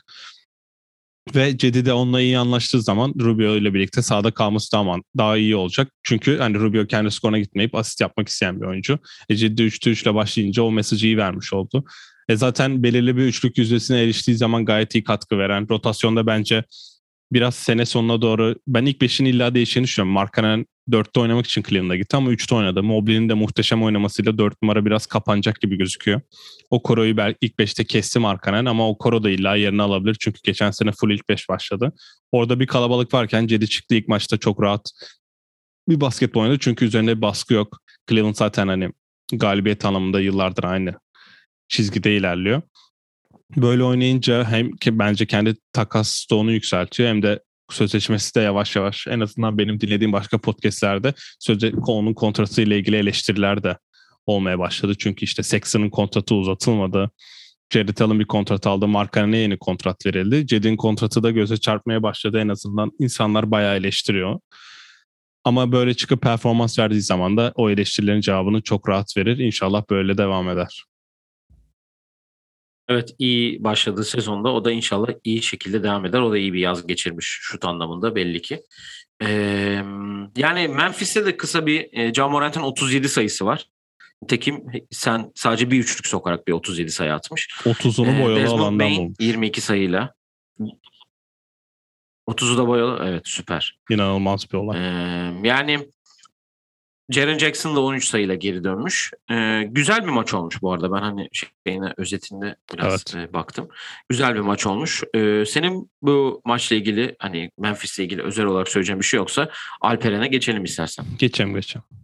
Ve Cedi de onunla iyi anlaştığı zaman Rubio ile birlikte sahada kalması daha iyi olacak. Çünkü hani Rubio kendi skoruna gitmeyip asist yapmak isteyen bir oyuncu. Cedi 3'te 3 ile başlayınca o mesajı iyi vermiş oldu. Zaten belirli bir üçlük yüzdesine eriştiği zaman gayet iyi katkı veren. Rotasyonda bence biraz sene sonuna doğru ben ilk 5'in illa değişeceğini düşünüyorum. Markkanen 4'te oynamak için Cleveland'a gitti ama 3'te oynadı. Mobley'nin de muhteşem oynamasıyla 4 numara biraz kapanacak gibi gözüküyor. O Koro'yu belki ilk 5'te kesti Markkanen ama o Koro da illa yerini alabilir. Çünkü geçen sene full ilk 5 başladı. Orada bir kalabalık varken Cedi çıktı ilk maçta çok rahat bir basketbol oynadı. Çünkü üzerinde bir baskı yok. Cleveland zaten hani galibiyet anlamında yıllardır aynı çizgide ilerliyor. Böyle oynayınca hem ki bence kendi takas stoğunu yükseltiyor hem de sözleşmesi de yavaş yavaş en azından benim dinlediğim başka podcastlerde onun kontratı ile ilgili eleştiriler de olmaya başladı. Çünkü işte Sexton'ın kontratı uzatılmadı. Jared Allen bir kontrat aldı. Markkanen'e yeni kontrat verildi. Cedi'nin kontratı da göze çarpmaya başladı. En azından insanlar bayağı eleştiriyor. Ama böyle çıkıp performans verdiği zaman da o eleştirilerin cevabını çok rahat verir. İnşallah böyle devam eder. Evet iyi başladığı sezonda o da inşallah iyi şekilde devam eder. O da iyi bir yaz geçirmiş şut anlamında belli ki. Yani Memphis'te de kısa bir Ja Morant'ın 37 sayısı var. Tekim sen sadece bir üçlük sokarak bir 37 sayı atmış. 30'unu boyalı Desmond alandan Bane bulmuş. 22 sayıyla. 30'u da boyalı. Evet süper. İnanılmaz bir olay. Yani Jaren Jackson da 13 sayıyla geri dönmüş. Güzel bir maç olmuş bu arada. Ben hani özetinde biraz baktım. Güzel bir maç olmuş. Senin bu maçla ilgili hani Memphis'le ilgili özel olarak söyleyeceğim bir şey yoksa Alperen'e geçelim istersen. Geçelim.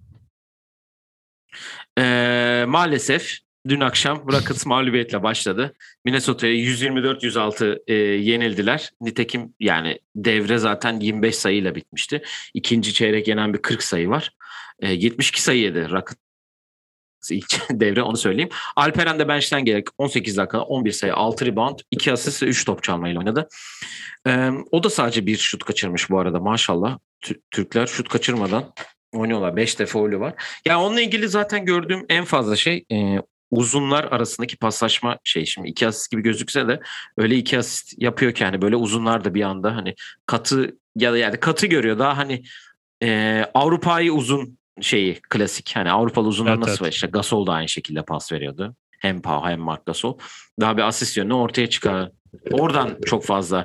Maalesef dün akşam Rockets mağlubiyetle başladı. Minnesota'ya 124-106 yenildiler. Nitekim yani devre zaten 25 sayıyla bitmişti. İkinci çeyrek yenen bir 40 sayı var. 72 sayı yedi Rockets ilk devre, onu söyleyeyim. Alperen de bench'ten gerek 18 dakikada 11 sayı, 6 rebound, 2 asist ve 3 top çalmayla oynadı. O da sadece bir şut kaçırmış bu arada, maşallah. Türkler şut kaçırmadan oynuyorlar. 5 de faulü var. Yani onunla ilgili zaten gördüğüm en fazla şey uzunlar arasındaki paslaşma şey. Şimdi 2 asist gibi gözükse de öyle 2 asist yapıyor ki hani böyle uzunlar da bir anda hani katı ya da yani katı görüyor. Daha hani Avrupa'yı uzun şeyi klasik. Hani Avrupalı uzunlar nasıl var? İşte Gasol da aynı şekilde pas veriyordu. Hem Pau hem Marc Gasol. Daha bir asist yönünü ortaya çıkar. Oradan çok fazla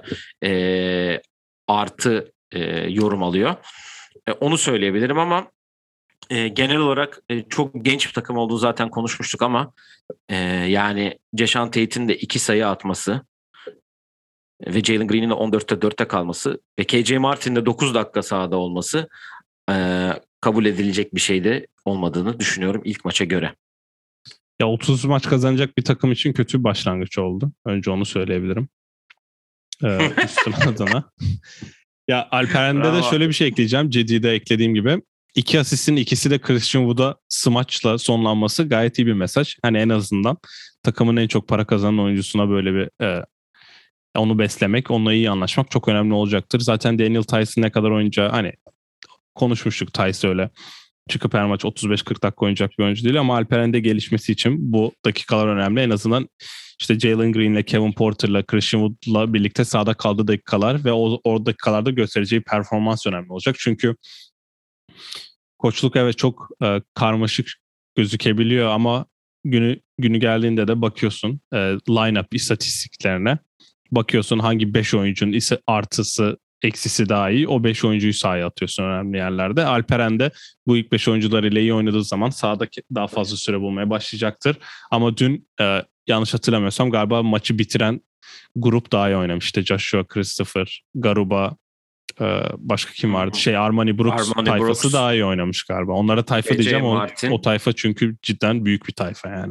artı yorum alıyor. Onu söyleyebilirim ama genel olarak çok genç bir takım olduğu zaten konuşmuştuk ama yani Jason Tate'in de 2 sayı atması ve Jalen Green'in de 14'te 4'te kalması ve KJ Martin'in de 9 dakika sahada olması kabul edilecek bir şey de olmadığını düşünüyorum ilk maça göre. Ya 30 maç kazanacak bir takım için kötü bir başlangıç oldu. Önce onu söyleyebilirim. Üstün adına. Ya Alperen'de de şöyle bir şey ekleyeceğim. Cedi'de eklediğim gibi. 2 asistin ikisi de Christian Wood'a smaçla sonlanması gayet iyi bir mesaj. Hani en azından takımın en çok para kazanan oyuncusuna böyle bir onu beslemek, onunla iyi anlaşmak çok önemli olacaktır. Zaten Daniel Tyson ne kadar oyuncağı hani konuşmuştuk, Tyson öyle çıkıp her maç 35-40 dakika oynayacak bir oyuncu değil ama Alperen'de gelişmesi için bu dakikalar önemli. En azından işte Jalen Green'le, Kevin Porter'la, Christian Wood'la birlikte sahada kaldığı dakikalar ve o dakikalarda göstereceği performans önemli olacak. Çünkü koçluk evet çok karmaşık gözükebiliyor ama günü geldiğinde de bakıyorsun line-up istatistiklerine. Bakıyorsun hangi 5 oyuncunun artısı eksisi daha iyi. O 5 oyuncuyu sahaya atıyorsun önemli yerlerde. Alperen de bu ilk 5 oyuncularıyla iyi oynadığı zaman sahada daha fazla süre bulmaya başlayacaktır. Ama dün yanlış hatırlamıyorsam galiba maçı bitiren grup daha iyi oynamıştı. Joshua Christopher, Garuba, başka kim vardı? Armani Brooks tayfası daha iyi oynamış galiba. Onlara tayfa diyeceğim. O tayfa çünkü cidden büyük bir tayfa yani.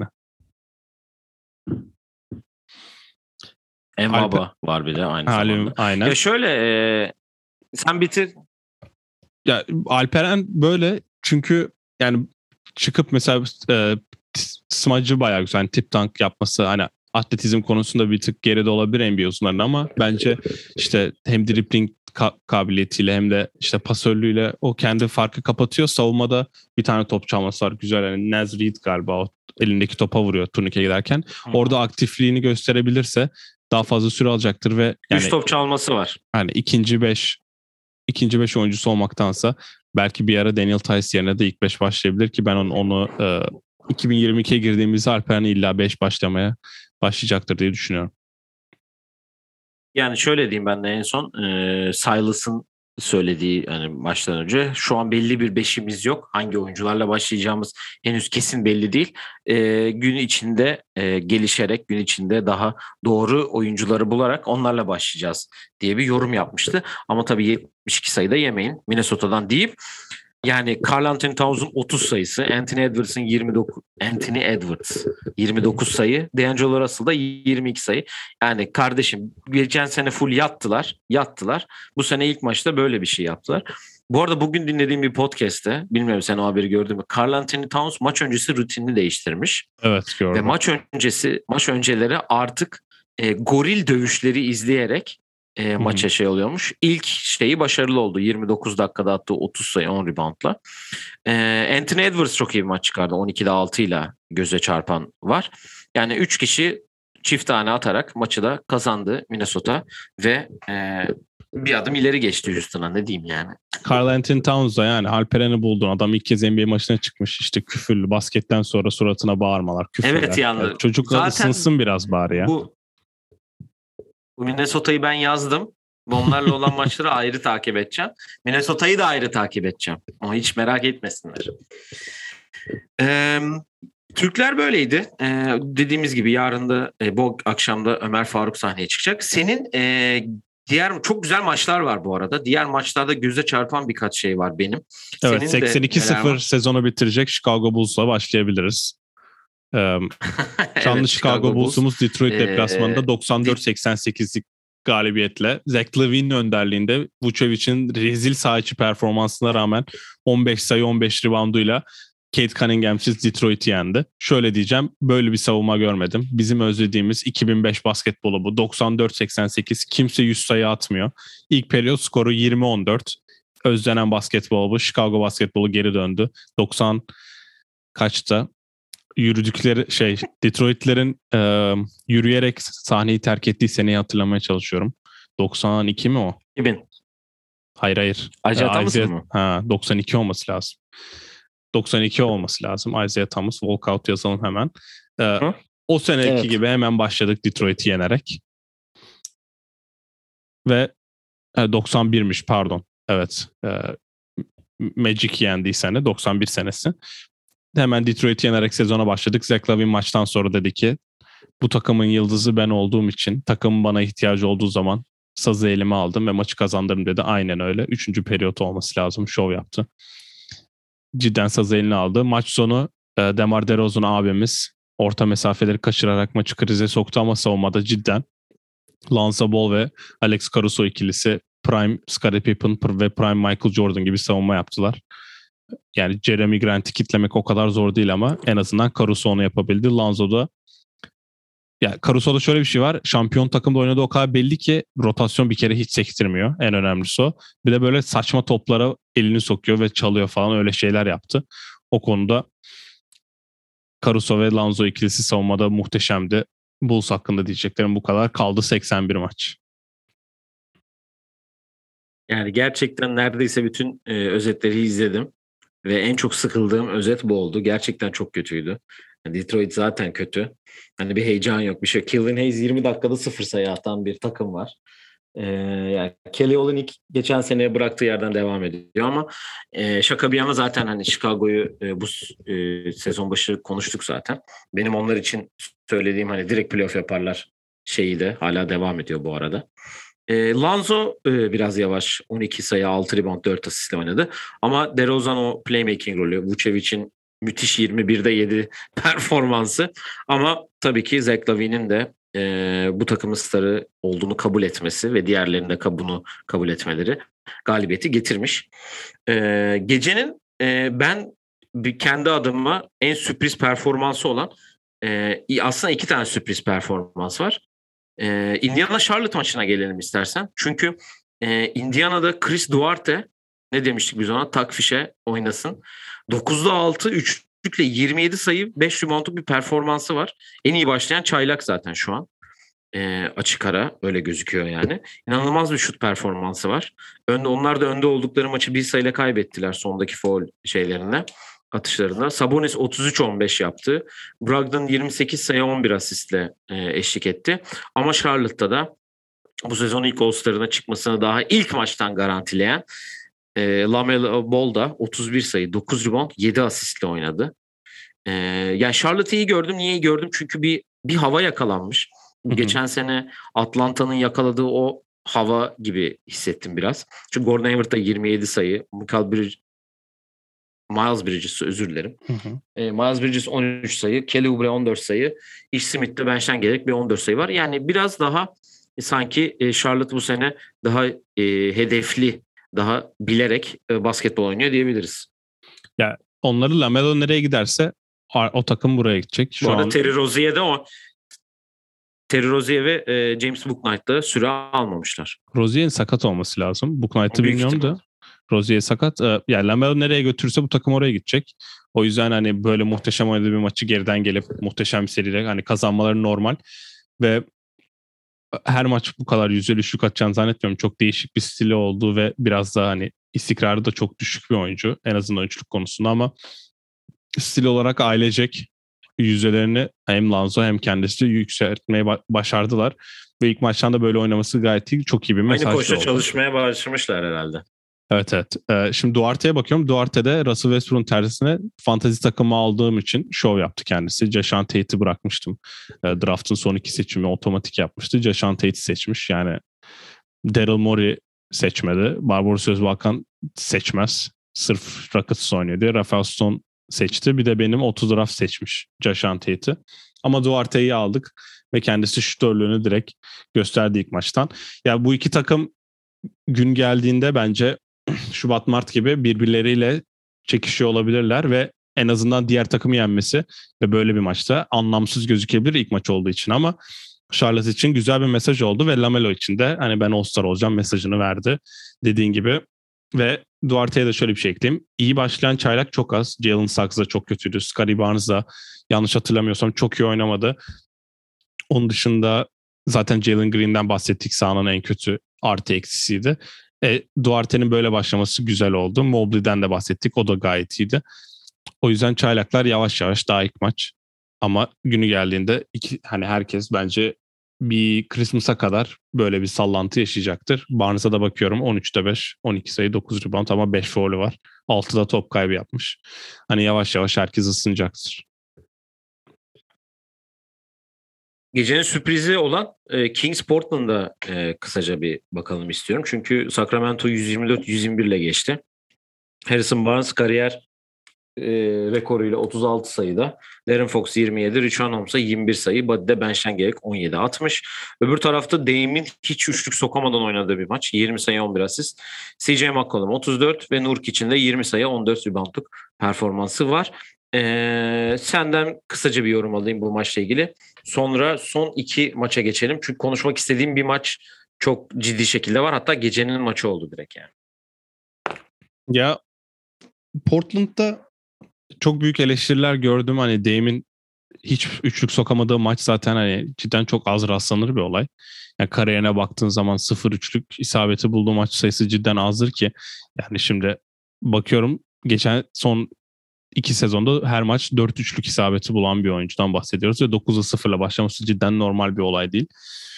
Mbaba var bir de aynı zamanda. Aynen. Ya şöyle sen bitir. Ya Alperen böyle çünkü yani çıkıp mesela smacı bayağı güzel. Yani tip tank yapması hani atletizm konusunda bir tık geride olabilir NBA uzunlarının ama bence işte hem dribbling kabiliyetiyle hem de işte pasörlüğüyle o kendi farkı kapatıyor. Savunmada bir tane top çalması var. Güzel yani Naz Reid galiba o elindeki topa vuruyor turnike giderken. Orada aktifliğini gösterebilirse daha fazla süre alacaktır ve yani 3 top çalması var. Yani ikinci beş oyuncusu olmaktansa belki bir ara Daniel Tice yerine de ilk 5 başlayabilir ki ben onu 2022'ye girdiğimizde Alperen illa 5 başlayacaktır diye düşünüyorum. Yani şöyle diyeyim ben de en son Silas'ın söylediği hani maçtan önce şu an belli bir beşimiz yok. Hangi oyuncularla başlayacağımız henüz kesin belli değil. Gün içinde gelişerek gün içinde daha doğru oyuncuları bularak onlarla başlayacağız diye bir yorum yapmıştı. Ama tabii 72 sayıda yemeyin Minnesota'dan deyip yani Karl Anthony Towns'un 30 sayısı, Anthony Edwards 29 sayı, D'Angelo Russell'da 22 sayı. Yani kardeşim geçen sene full yattılar. Bu sene ilk maçta böyle bir şey yaptılar. Bu arada bugün dinlediğim bir podcast'te, bilmiyorum sen o haberi gördün mü? Karl Anthony Towns maç öncesi rutinini değiştirmiş. Evet, gördüm. Ve maç önceleri artık goril dövüşleri izleyerek maça şey oluyormuş. İlk şeyi başarılı oldu. 29 dakikada attığı 30 sayı 10 reboundla. Anthony Edwards çok iyi bir maç çıkardı. 12'de 6 ile göze çarpan var. Yani 3 kişi çift tane atarak maçı da kazandı Minnesota ve bir adım ileri geçti Houston'a, ne diyeyim yani. Karl Anthony Towns da yani Alperen'i buldun. Adam ilk kez NBA maçına çıkmış. İşte küfürlü basketten sonra suratına bağırmalar. Küfürler. Evet yani. Çocuk ısınsın biraz bari ya. Bu Minnesota'yı ben yazdım. Onlarla olan maçları ayrı takip edeceğim. Minnesota'yı da ayrı takip edeceğim. Ama hiç merak etmesinler. Türkler böyleydi. Dediğimiz gibi yarın da bu akşam da Ömer Faruk sahneye çıkacak. Senin diğer çok güzel maçlar var bu arada. Diğer maçlarda göze çarpan birkaç şey var benim. Evet, Senin de 82-0 sezonu bitirecek Chicago Bulls'la başlayabiliriz. Şanlı evet, Chicago Bulls'umuz Detroit deplasmanında 94-88'lik galibiyetle Zach LaVine'in önderliğinde Vucevic'in rezil saha içi performansına rağmen 15 sayı 15 rebounduyla Cade Cunningham'siz Detroit'i yendi. Şöyle diyeceğim, böyle bir savunma görmedim. Bizim özlediğimiz 2005 basketbolu bu. 94-88, kimse 100 sayı atmıyor. İlk periyot skoru 20-14. Özlenen basketbol bu. Chicago basketbolu geri döndü. 90 kaçta? Yürüdükleri Detroit'lerin yürüyerek sahneyi terk ettiği seneyi hatırlamaya çalışıyorum. 92 mi o? 2000. Hayır. Isaiah Thomas mı? 92 olması lazım. 92 olması lazım. Isaiah Thomas, walkout yazalım hemen. O seneki gibi hemen başladık Detroit'i yenerek. Ve 91'miş pardon. Evet. Magic yendiği sene 91 senesi. Hemen Detroit'i yenerek sezona başladık. Zach LaVine maçtan sonra dedi ki bu takımın yıldızı ben olduğum için takımın bana ihtiyacı olduğu zaman sazı elime aldım ve maçı kazandırdım dedi. Aynen öyle. 3. periyot olması lazım. Şov yaptı. Cidden sazı eline aldı. Maç sonu DeMar DeRozan abimiz orta mesafeleri kaçırarak maçı krize soktu ama savunmada cidden Lonzo Ball ve Alex Caruso ikilisi Prime Scottie Pippen ve Prime Michael Jordan gibi savunma yaptılar. Yani Jeremy Grant'i kitlemek o kadar zor değil ama en azından Caruso onu yapabildi. Lonzo'da ya Caruso'da şöyle bir şey var. Şampiyon takımda oynadığı o kadar belli ki rotasyon bir kere hiç sektirmiyor. En önemlisi o. Bir de böyle saçma toplara elini sokuyor ve çalıyor falan, öyle şeyler yaptı. O konuda Caruso ve Lonzo ikilisi savunmada muhteşemdi. Bulls hakkında diyeceklerim bu kadar. Kaldı 81 maç. Yani gerçekten neredeyse bütün özetleri izledim. Ve en çok sıkıldığım özet bu oldu. Gerçekten çok kötüydü. Yani Detroit zaten kötü. Hani bir heyecan yok, bir şey. Killian Hayes 20 dakikada 0 sayı atan bir takım var. Yani Kelly Olynyk geçen seneye bıraktığı yerden devam ediyor ama şaka bir yana zaten hani Chicago'yu bu sezon başı konuştuk zaten. Benim onlar için söylediğim hani direkt playoff yaparlar şeyi de hala devam ediyor bu arada. Lonzo biraz yavaş. 12 sayı, 6 rebound, 4 asistle oynadı. Ama DeRozan o playmaking rolü, Vucevic'in müthiş 21'de 7 performansı. Ama tabii ki Zach LaVine'in de bu takımın starı olduğunu kabul etmesi ve diğerlerinin de bunu kabul etmeleri galibiyeti getirmiş. Gecenin ben kendi adıma en sürpriz performansı olan aslında 2 tane sürpriz performans var. Indiana Charlotte maçına gelelim istersen. Çünkü Indiana'da Chris Duarte, ne demiştik biz ona? Takfişe oynasın. 9'da 6, üçlükle 27 sayı, 5 reboundluk bir performansı var. En iyi başlayan çaylak zaten şu an. Açık ara öyle gözüküyor yani. İnanılmaz bir şut performansı var. Onlar da önde oldukları maçı bir sayıyla kaybettiler sondaki foul şeylerinde, atışlarında. Sabonis 33-15 yaptı. Brogdon 28 sayı 11 asistle eşlik etti. Ama Charlotte'da da bu sezon ilk All-Star'ına çıkmasını daha ilk maçtan garantileyen LaMelo Ball da 31 sayı 9 rebound 7 asistle oynadı. Yani Charlotte'ı iyi gördüm. Niye iyi gördüm? Çünkü bir hava yakalanmış. Geçen sene Atlanta'nın yakaladığı o hava gibi hissettim biraz. Çünkü Gordon Hayward'da 27 sayı, Miles Bridges özür dilerim. Miles Bridges 13 sayı, Kelly Oubre 14 sayı, Ish Smith'te bench'ten gelerek bir 14 sayı var. Yani biraz daha sanki Charlotte bu sene daha hedefli, daha bilerek basketbol oynuyor diyebiliriz. Ya onları LaMelo nereye giderse o takım buraya gidecek. Bu arada Terry Rozier ve James Bouknight'da süre almamışlar. Rozier'in sakat olması lazım. Bouknight'ı bilmiyorum da. Rozier sakat. Yani Lamelo nereye götürürse bu takım oraya gidecek. O yüzden hani böyle muhteşem oynadığı bir maçı geriden gelip muhteşem bir seriyle hani kazanmaları normal. Ve her maç bu kadar yüzdeli şut atacağını zannetmiyorum. Çok değişik bir stili olduğu ve biraz daha hani istikrarı da çok düşük bir oyuncu. En azından oyunculuk konusunda ama stil olarak ailecek yüzdelerini hem Lonzo hem kendisi yükseltmeyi başardılar. Ve ilk maçtan da böyle oynaması gayet iyi. Çok iyi bir mesaj Aynı da koçla oldu. çalışmaya başlamışlar herhalde. Evet evet. Şimdi Duarte'ye bakıyorum. Duarte'de Russell Westbrook'un tersine fantasy takımı aldığım için şov yaptı kendisi. Jashan Tate'i bırakmıştım. Draft'ın son 2 seçimi otomatik yapmıştı. Jashan Tate'i seçmiş. Yani Daryl Morey seçmedi. Barbaros Özbalkan seçmez. Sırf Rockets oynuyor diye. Rafael Stone seçti. Bir de benim 30 draft seçmiş Jashan Tate'i. Ama Duarte'yi aldık ve kendisi şütörlüğünü direkt gösterdi ilk maçtan. Ya bu iki takım gün geldiğinde bence Şubat-Mart gibi birbirleriyle çekişiyor olabilirler ve en azından diğer takımı yenmesi ve böyle bir maçta anlamsız gözükebilir ilk maç olduğu için ama Charlotte için güzel bir mesaj oldu ve Lamelo için de hani ben All-Star olacağım mesajını verdi dediğin gibi. Ve Duarte'ye de şöyle bir şey ekleyeyim. İyi başlayan çaylak çok az. Jalen Suggs da çok kötüydü. Scottie Barnes da yanlış hatırlamıyorsam çok iyi oynamadı. Onun dışında zaten Jalen Green'den bahsettik. Sahanın en kötü artı eksisiydi. Duarte'nin böyle başlaması güzel oldu. Mobley'den de bahsettik. O da gayet iyiydi. O yüzden çaylaklar yavaş yavaş daha ilk maç. Ama günü geldiğinde hani herkes bence bir Christmas'a kadar böyle bir sallantı yaşayacaktır. Barnes'a da bakıyorum 13'te 5, 12 sayı, 9 rebound ama 5 faulü var. 6'da top kaybı yapmış. Hani yavaş yavaş herkes ısınacaktır. Gecenin sürprizi olan Kings Portland'a kısaca bir bakalım istiyorum. Çünkü Sacramento 124-121 ile geçti. Harrison Barnes kariyer rekoruyla 36 sayıda. De'Aaron Fox 27, Richaun Holmes'a 21 sayı. Buddy'de bench'ten gerek 17 atmış. Öbür tarafta Dame'in hiç üçlük sokamadan oynadığı bir maç. 20 sayı 11 asist. CJ McCollum 34 ve Nurkic'in de 20 sayı 14 reboundluk performansı var. Senden kısaca bir yorum alayım bu maçla ilgili. Sonra son iki maça geçelim. Çünkü konuşmak istediğim bir maç çok ciddi şekilde var. Hatta gecenin maçı oldu direkt yani. Ya Portland'da çok büyük eleştiriler gördüm. Hani Dame'in hiç üçlük sokamadığı maç zaten hani cidden çok az rastlanır bir olay. Yani kariyerine baktığın zaman 0 üçlük isabeti bulduğu maç sayısı cidden azdır ki. Yani şimdi bakıyorum geçen son 2 sezonda her maç 4 üçlük isabeti bulan bir oyuncudan bahsediyoruz ve 9'a 0'la başlaması cidden normal bir olay değil.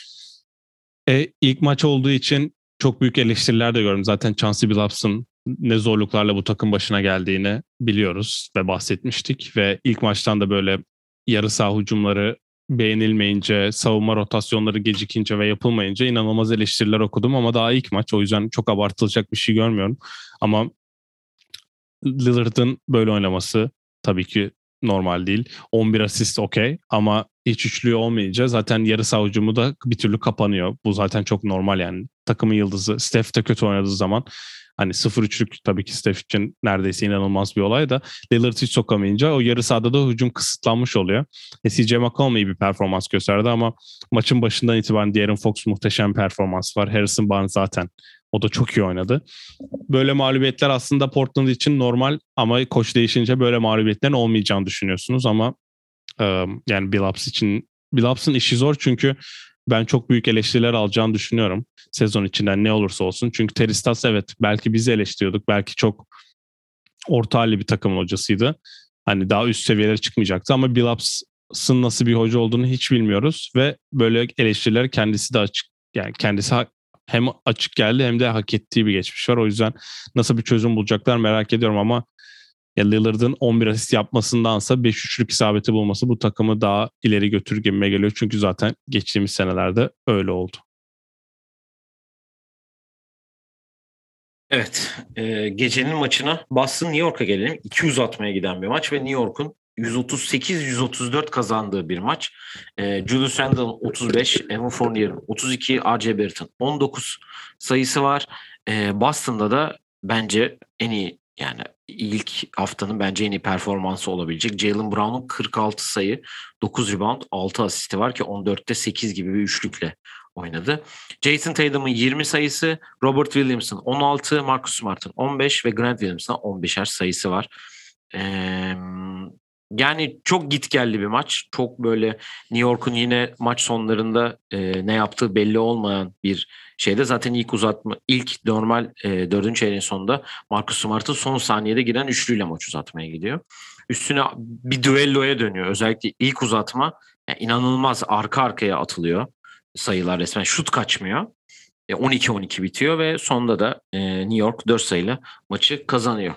İlk maç olduğu için çok büyük eleştiriler de gördüm. Zaten Chauncey Billups'ın ne zorluklarla bu takım başına geldiğini biliyoruz ve bahsetmiştik. Ve ilk maçtan da böyle yarı saha hücumları beğenilmeyince, savunma rotasyonları gecikince ve yapılmayınca inanılmaz eleştiriler okudum. Ama daha ilk maç, o yüzden çok abartılacak bir şey görmüyorum. Ama Lillard'ın böyle oynaması tabii ki normal değil. 11 asist okey ama hiç üçlüğü olmayınca zaten yarı saha hücumu da bir türlü kapanıyor. Bu zaten çok normal yani. Takımın yıldızı Steph de kötü oynadığı zaman hani 0-3'lük tabii ki Steph için neredeyse inanılmaz bir olay da Lillard hiç sokamayınca o yarı sahada da hücum kısıtlanmış oluyor. CJ McCollum iyi bir performans gösterdi ama maçın başından itibaren De'Aaron Fox muhteşem performans var. Harrison Barnes zaten o da çok iyi oynadı. Böyle mağlubiyetler aslında Portland için normal ama koç değişince böyle mağlubiyetlerin olmayacağını düşünüyorsunuz ama yani Billups'ın işi zor çünkü ben çok büyük eleştiriler alacağını düşünüyorum sezon içinden ne olursa olsun. Çünkü Terry Stotts evet belki bizi eleştiriyorduk. Belki çok orta halli bir takımın hocasıydı. Hani daha üst seviyelere çıkmayacaktı ama Billups'ın nasıl bir hoca olduğunu hiç bilmiyoruz ve böyle eleştiriler kendisi de açık. Yani kendisi hem açık geldi hem de hak ettiği bir geçmiş var. O yüzden nasıl bir çözüm bulacaklar merak ediyorum ama ya Lillard'ın 11 asist yapmasındansa 5 üçlük isabeti bulması bu takımı daha ileri götürür gibime geliyor. Çünkü zaten geçtiğimiz senelerde öyle oldu. Evet, gecenin maçına Boston New York'a gelelim. 2 uzatmaya giden bir maç ve New York'un 138-134 kazandığı bir maç. Julius Randle'ın 35, Evan Fournier'in 32, R.J. Barrett'ın 19 sayısı var. Boston'da da bence en iyi yani ilk haftanın bence en iyi performansı olabilecek. Jaylen Brown'un 46 sayı, 9 rebound, 6 asisti var ki 14'te 8 gibi bir üçlükle oynadı. Jason Tatum'un 20 sayısı, Robert Williams'ın 16, Marcus Smart'ın 15 ve Grant Williams'ın 15'er sayısı var. Yani çok gitgelli bir maç. Çok böyle New York'un yine maç sonlarında ne yaptığı belli olmayan bir şeyde. Zaten ilk normal 4. çeyreğin sonunda Marcus Smart'ın son saniyede giren üçlüyle maç uzatmaya gidiyor. Üstüne bir düelloya dönüyor. Özellikle ilk uzatma yani inanılmaz arka arkaya atılıyor. sayılar resmen. Şut kaçmıyor. 12-12 bitiyor ve sonda da New York 4 sayıyla maçı kazanıyor.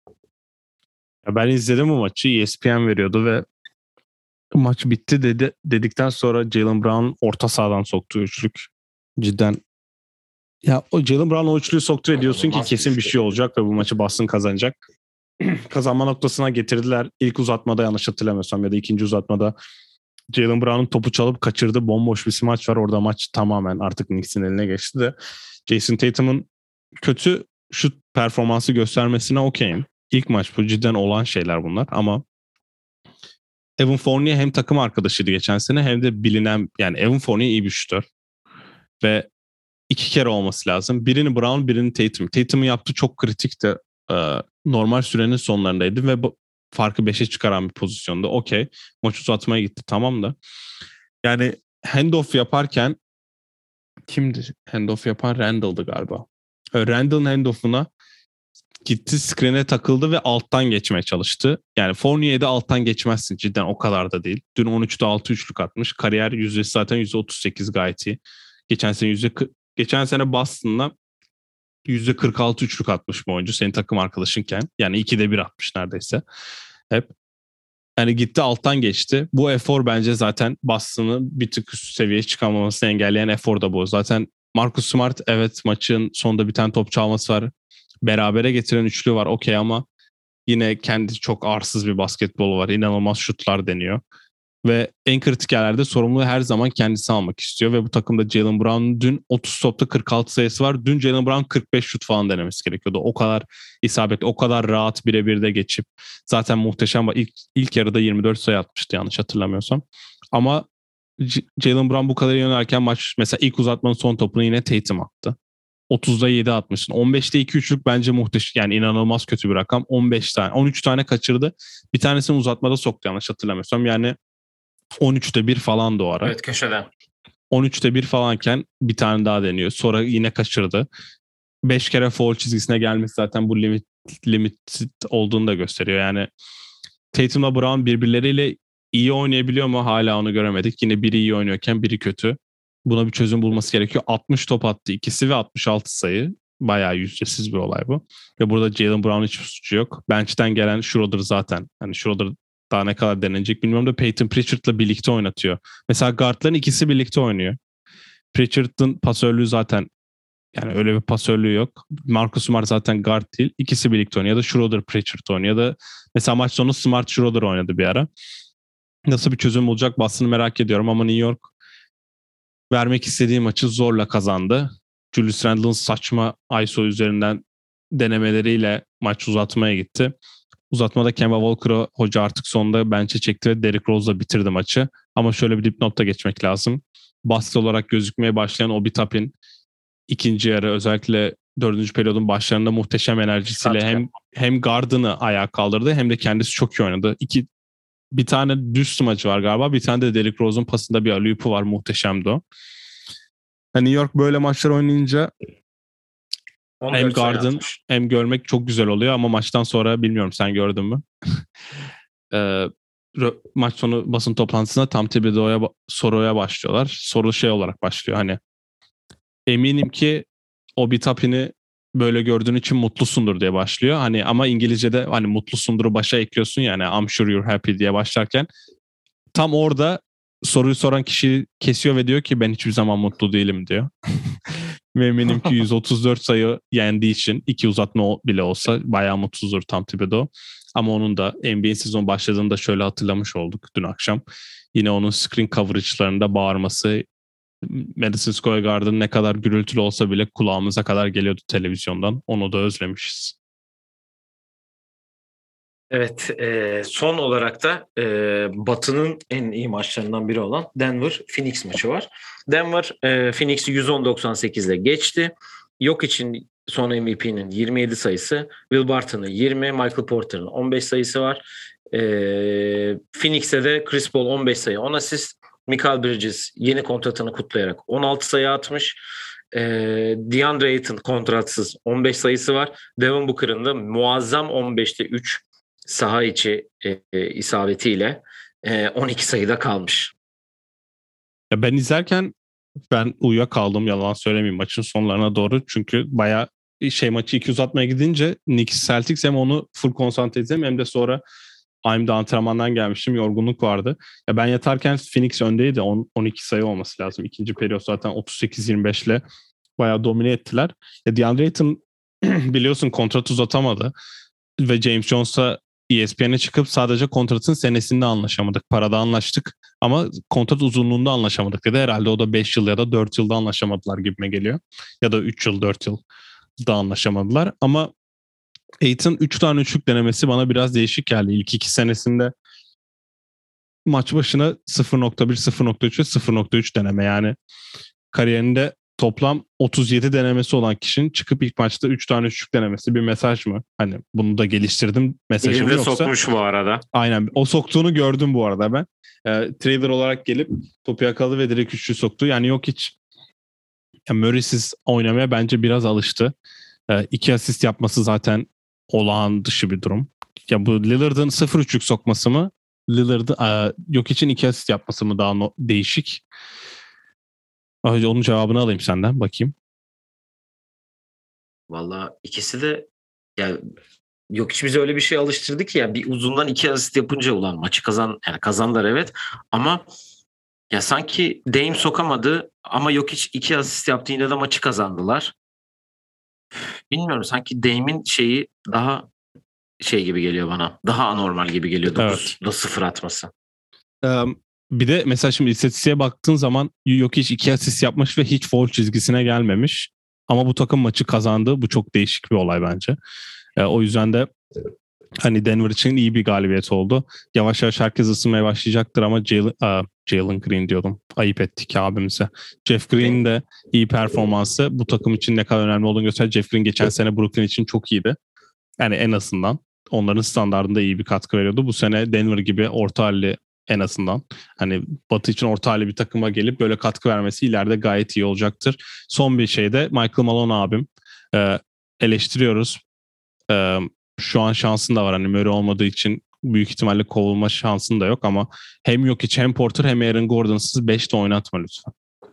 Ya ben izledim bu maçı. ESPN veriyordu ve maç bitti dedikten sonra Jaylen Brown orta sahadan soktu üçlük. Cidden. Ya o Jaylen Brown o üçlüyü soktu ve diyorsun ki İnanılmaz bir kesin bir üçlü. şey olacak ve bu maçı Boston kazanacak. Kazanma noktasına getirdiler. İlk uzatmada yanlış hatırlamıyorsam ya da ikinci uzatmada Jaylen Brown'un topu çalıp kaçırdı. Bomboş bir smaç var. Orada maç tamamen artık Knicks'in eline geçti de Jason Tatum'un kötü şut performansı göstermesine okeyim. İlk maç bu, cidden olan şeyler bunlar ama Evan Fournier hem takım arkadaşıydı geçen sene hem de bilinen, yani Evan Fournier iyi bir şutör ve iki kere olması lazım. Birini Brown, birini Tatum. Tatum'un yaptığı çok kritikti. Normal sürenin sonlarındaydı ve farkı 5'e çıkaran bir pozisyonda. Okey. Maç uzatmaya gitti, tamam da. Yani handoff yaparken kimdi? Handoff yapan Randall'dı galiba. Randall'ın handoff'una gitti, screen'e takıldı ve alttan geçmeye çalıştı. Yani Fournier'de alttan geçmezsin, cidden o kadar da değil. Dün 13'te 6 üçlük atmış. Kariyer yüzdesi zaten %38 gayet iyi. Geçen sene Boston'la %46 üçlük atmış bu oyuncu senin takım arkadaşınken. Yani 2'de 1 atmış neredeyse. Hep. Yani gitti alttan geçti. Bu efor bence zaten Boston'ı bir tık üst seviyeye çıkamamasını engelleyen efor da bu. Zaten Marcus Smart, evet, maçın sonunda bir tane top çalması var. Berabere getiren üçlü var, okey, ama yine kendi çok arsız bir basketbolu var. İnanılmaz şutlar deniyor. Ve en kritik yerlerde sorumluluğu her zaman kendisi almak istiyor. Ve bu takımda Jaylen Brown'un dün 30 topta 46 sayısı var. Dün Jaylen Brown 45 şut falan denemesi gerekiyordu. O kadar isabetli, o kadar rahat birebir de geçip zaten muhteşem. İlk yarıda 24 sayı atmıştı yanlış hatırlamıyorsam. Ama Jaylen Brown bu kadar iyi oynarken maç mesela ilk uzatmanın son topunu yine Tatum attı. 30'da 7 atmışsın. 15'te 2 üçlük bence muhteşem. Yani inanılmaz kötü bir rakam. 15 tane, 13 tane kaçırdı. Bir tanesini uzatmada soktu yanlış hatırlamıyorsam. Yani 13'te 1 falan da o ara. Evet, köşeden. 13'te 1 falanken bir tane daha deniyor. Sonra yine kaçırdı. 5 kere foul çizgisine gelmesi zaten bu limit olduğunu da gösteriyor. Yani Tatum'la Brown birbirleriyle iyi oynayabiliyor mu? Hala onu göremedik. Yine biri iyi oynuyorken biri kötü. Buna bir çözüm bulması gerekiyor. 60 top attı ikisi ve 66 sayı. Bayağı yüzdesiz bir olay bu. Ve burada Jaylen Brown hiçbir suçu yok. Bench'ten gelen Schroeder zaten. Hani Schroeder daha ne kadar denenecek bilmiyorum da Peyton Pritchard'la birlikte oynatıyor. Mesela guardların ikisi birlikte oynuyor. Pritchard'ın pasörlüğü zaten, yani öyle bir pasörlüğü yok. Marcus Smart zaten guard değil. İkisi birlikte oynuyor. Ya da Schroeder Pritchard oynuyor. Ya da mesela maç sonu Smart Schroeder oynadı bir ara. Nasıl bir çözüm bulacak Boston'ı merak ediyorum ama New York vermek istediği maçı zorla kazandı. Julius Randle'ın saçma ISO üzerinden denemeleriyle maç uzatmaya gitti. Uzatmada Kemba Walker'ı hoca artık sonunda bench'e çekti ve Derrick Rose'la bitirdi maçı. Ama şöyle bir dipnotta geçmek lazım. Basit olarak gözükmeye başlayan Obi Toppin ikinci yarı, özellikle dördüncü periyodun başlarında muhteşem enerjisiyle hem gardını ayağa kaldırdı hem de kendisi çok iyi oynadı. Bir tane düz maçı var galiba. Bir tane de Derrick Rose'un pasında bir alley-oop'u var. Muhteşemdi o. New York böyle maçlar oynayınca hem 14 sayı Garden atmış. hem görmek çok güzel oluyor ama maçtan sonra bilmiyorum sen gördün mü? Ee, Maç sonu basın toplantısında Tom Thibodeau'ya soruya başlıyorlar. Soru şey olarak başlıyor, hani eminim ki Obi Toppin'i böyle gördüğün için mutlusundur diye başlıyor. Hani ama İngilizce'de hani mutlusundur'u başa ekliyorsun, yani I'm sure you're happy diye başlarken tam orada soruyu soran kişi kesiyor ve diyor ki ben hiçbir zaman mutlu değilim diyor. Ve eminim ki 134 sayı yendiği için iki uzatma bile olsa bayağı mutsuzdur Tom Thibodeau. Ama onun da NBA sezon başladığında şöyle hatırlamış olduk dün akşam. Yine onun screen coverage'larında bağırması, Madison Square Garden ne kadar gürültülü olsa bile kulağımıza kadar geliyordu televizyondan. Onu da özlemişiz. Evet, son olarak da Batı'nın en iyi maçlarından biri olan Denver-Phoenix maçı var. Denver Phoenix'i 110-98 ile geçti. Yok için son MVP'nin 27 sayısı, Will Barton'ın 20, Michael Porter'ın 15 sayısı var. Phoenix'e de Chris Paul 15 sayı, 10 asist. Michael Bridges yeni kontratını kutlayarak 16 sayı atmış. DeAndre Ayton kontratsız 15 sayısı var. Devin Booker'ın da muazzam 15'te 3 saha içi isabetiyle 12 sayıda kalmış. Ya ben izlerken Ben uyuyakaldım, yalan söylemeyeyim, maçın sonlarına doğru. Çünkü bayağı maçı 2 uzatmaya gidince Knicks Celtics, hem onu full konsantre edeceğim hem de sonra I'm de antrenmandan gelmiştim. Yorgunluk vardı. Ya ben yatarken Phoenix öndeydi. 12 sayı olması lazım. İkinci periyot zaten 38-25 ile bayağı domine ettiler. DeAndre Ayton biliyorsun kontrat uzatamadı. Ve James Jones'la ESPN'e çıkıp sadece kontratın senesinde anlaşamadık. Parada anlaştık ama kontrat uzunluğunda anlaşamadık dedi. Herhalde o da 5 yıl ya da 4 yılda anlaşamadılar gibime geliyor. Ya da 3 yıl 4 yıl da anlaşamadılar. Ama Ayton 3 tane üçlük denemesi bana biraz değişik geldi. İlk 2 senesinde maç başına 0.1, 0.3 ve 0.3 deneme, yani kariyerinde toplam 37 denemesi olan kişinin çıkıp ilk maçta 3 tane üçlük denemesi bir mesaj mı? Hani bunu da geliştirdim mesajı mı Elinde yoksa? sokmuş bu arada. Aynen, o soktuğunu gördüm bu arada ben. Trailer olarak gelip topu yakaladı ve direkt üçlü soktu. Yani yok hiç, Murray'siz oynamaya bence biraz alıştı. 2 asist yapması zaten olağan dışı bir durum. Ya bu Lillard'ın 0 üçlük sokması mı? Yok için 2 asist yapması mı daha değişik? Onun cevabını alayım senden, bakayım. Vallahi ikisi de yani yok, hiç bize öyle bir şey alıştırdı ki ya, bir uzundan 2 asist yapınca ulan maçı kazandılar evet, ama ya sanki Dame sokamadı ama yok hiç 2 asist yaptı, yine de maçı kazandılar. Bilmiyorum, sanki Dame'in şeyi daha şey gibi geliyor bana. Daha anormal gibi geliyor, Evet. 9'da 0 atması. Bir de mesela şimdi istatistiğe baktığın zaman yok hiç 2 asist yapmış ve hiç foul çizgisine gelmemiş. Ama bu takım maçı kazandı. Bu çok değişik bir olay bence. O yüzden de hani Denver için iyi bir galibiyet oldu. Yavaş yavaş herkes ısınmaya başlayacaktır ama Jalen Green diyordum. Ayıp ettik abimize. Jeff Green'in de iyi performansı bu takım için ne kadar önemli olduğunu gösteriyor. Jeff Green geçen sene Brooklyn için çok iyiydi. Yani en azından onların standartında iyi bir katkı veriyordu. Bu sene Denver gibi orta halli, en azından hani Batı için orta halli bir takıma gelip böyle katkı vermesi ileride gayet iyi olacaktır. Son bir şey de Michael Malone abim. Eleştiriyoruz. Şu an şansın da var. Hani Murray olmadığı için büyük ihtimalle kovulma şansın da yok ama hem Jokic hem Porter hem Aaron Gordon'sız 5'te oynatma lütfen.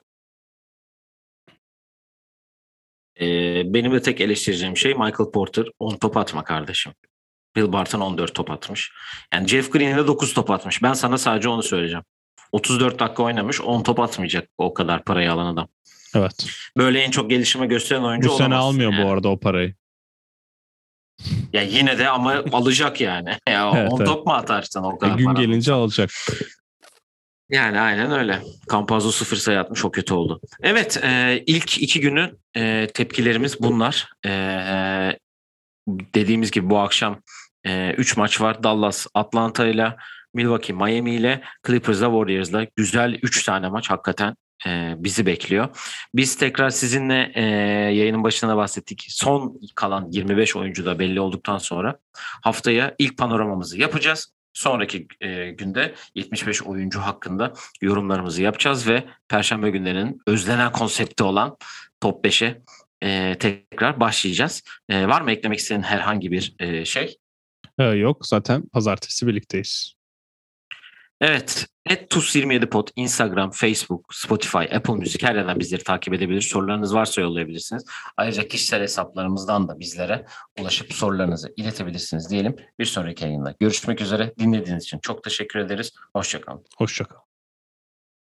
Benim de tek eleştireceğim şey Michael Porter 10 top atma kardeşim. Will Barton 14 top atmış. Yani Jeff Green de 9 top atmış. Ben sana sadece onu söyleyeceğim. 34 dakika oynamış, 10 top atmayacak o kadar parayı alan adam. Evet. Böyle en çok gelişime gösteren oyuncu bu sene almıyor yani. Bu arada o parayı. Ya yine de ama alacak yani. Ya Evet, 10 top mu atarsan o kadar gün para gelince alırsan. alacak. Yani aynen öyle. Campazzo 0 sayı atmış, o kötü oldu. Evet, ilk 2 günün tepkilerimiz bunlar. Dediğimiz gibi bu akşam 3 maç var. Dallas Atlanta ile, Milwaukee Miami ile, Clippers'la Warriors'la. Güzel 3 tane maç hakikaten bizi bekliyor. Biz tekrar sizinle yayının başına bahsettik. Son kalan 25 oyuncu da belli olduktan sonra haftaya ilk panoramamızı yapacağız. Sonraki günde 75 oyuncu hakkında yorumlarımızı yapacağız ve Perşembe günlerinin özlenen konsepti olan Top 5'e tekrar başlayacağız. Var mı eklemek istediğin herhangi bir şey? Yok, zaten pazartesi birlikteyiz. Evet. @TUS27pod Instagram, Facebook, Spotify, Apple Music, her yerden bizleri takip edebilir. Sorularınız varsa yollayabilirsiniz. Ayrıca kişisel hesaplarımızdan da bizlere ulaşıp sorularınızı iletebilirsiniz diyelim. Bir sonraki yayında görüşmek üzere. Dinlediğiniz için çok teşekkür ederiz. Hoşça kalın. Hoşça kalın.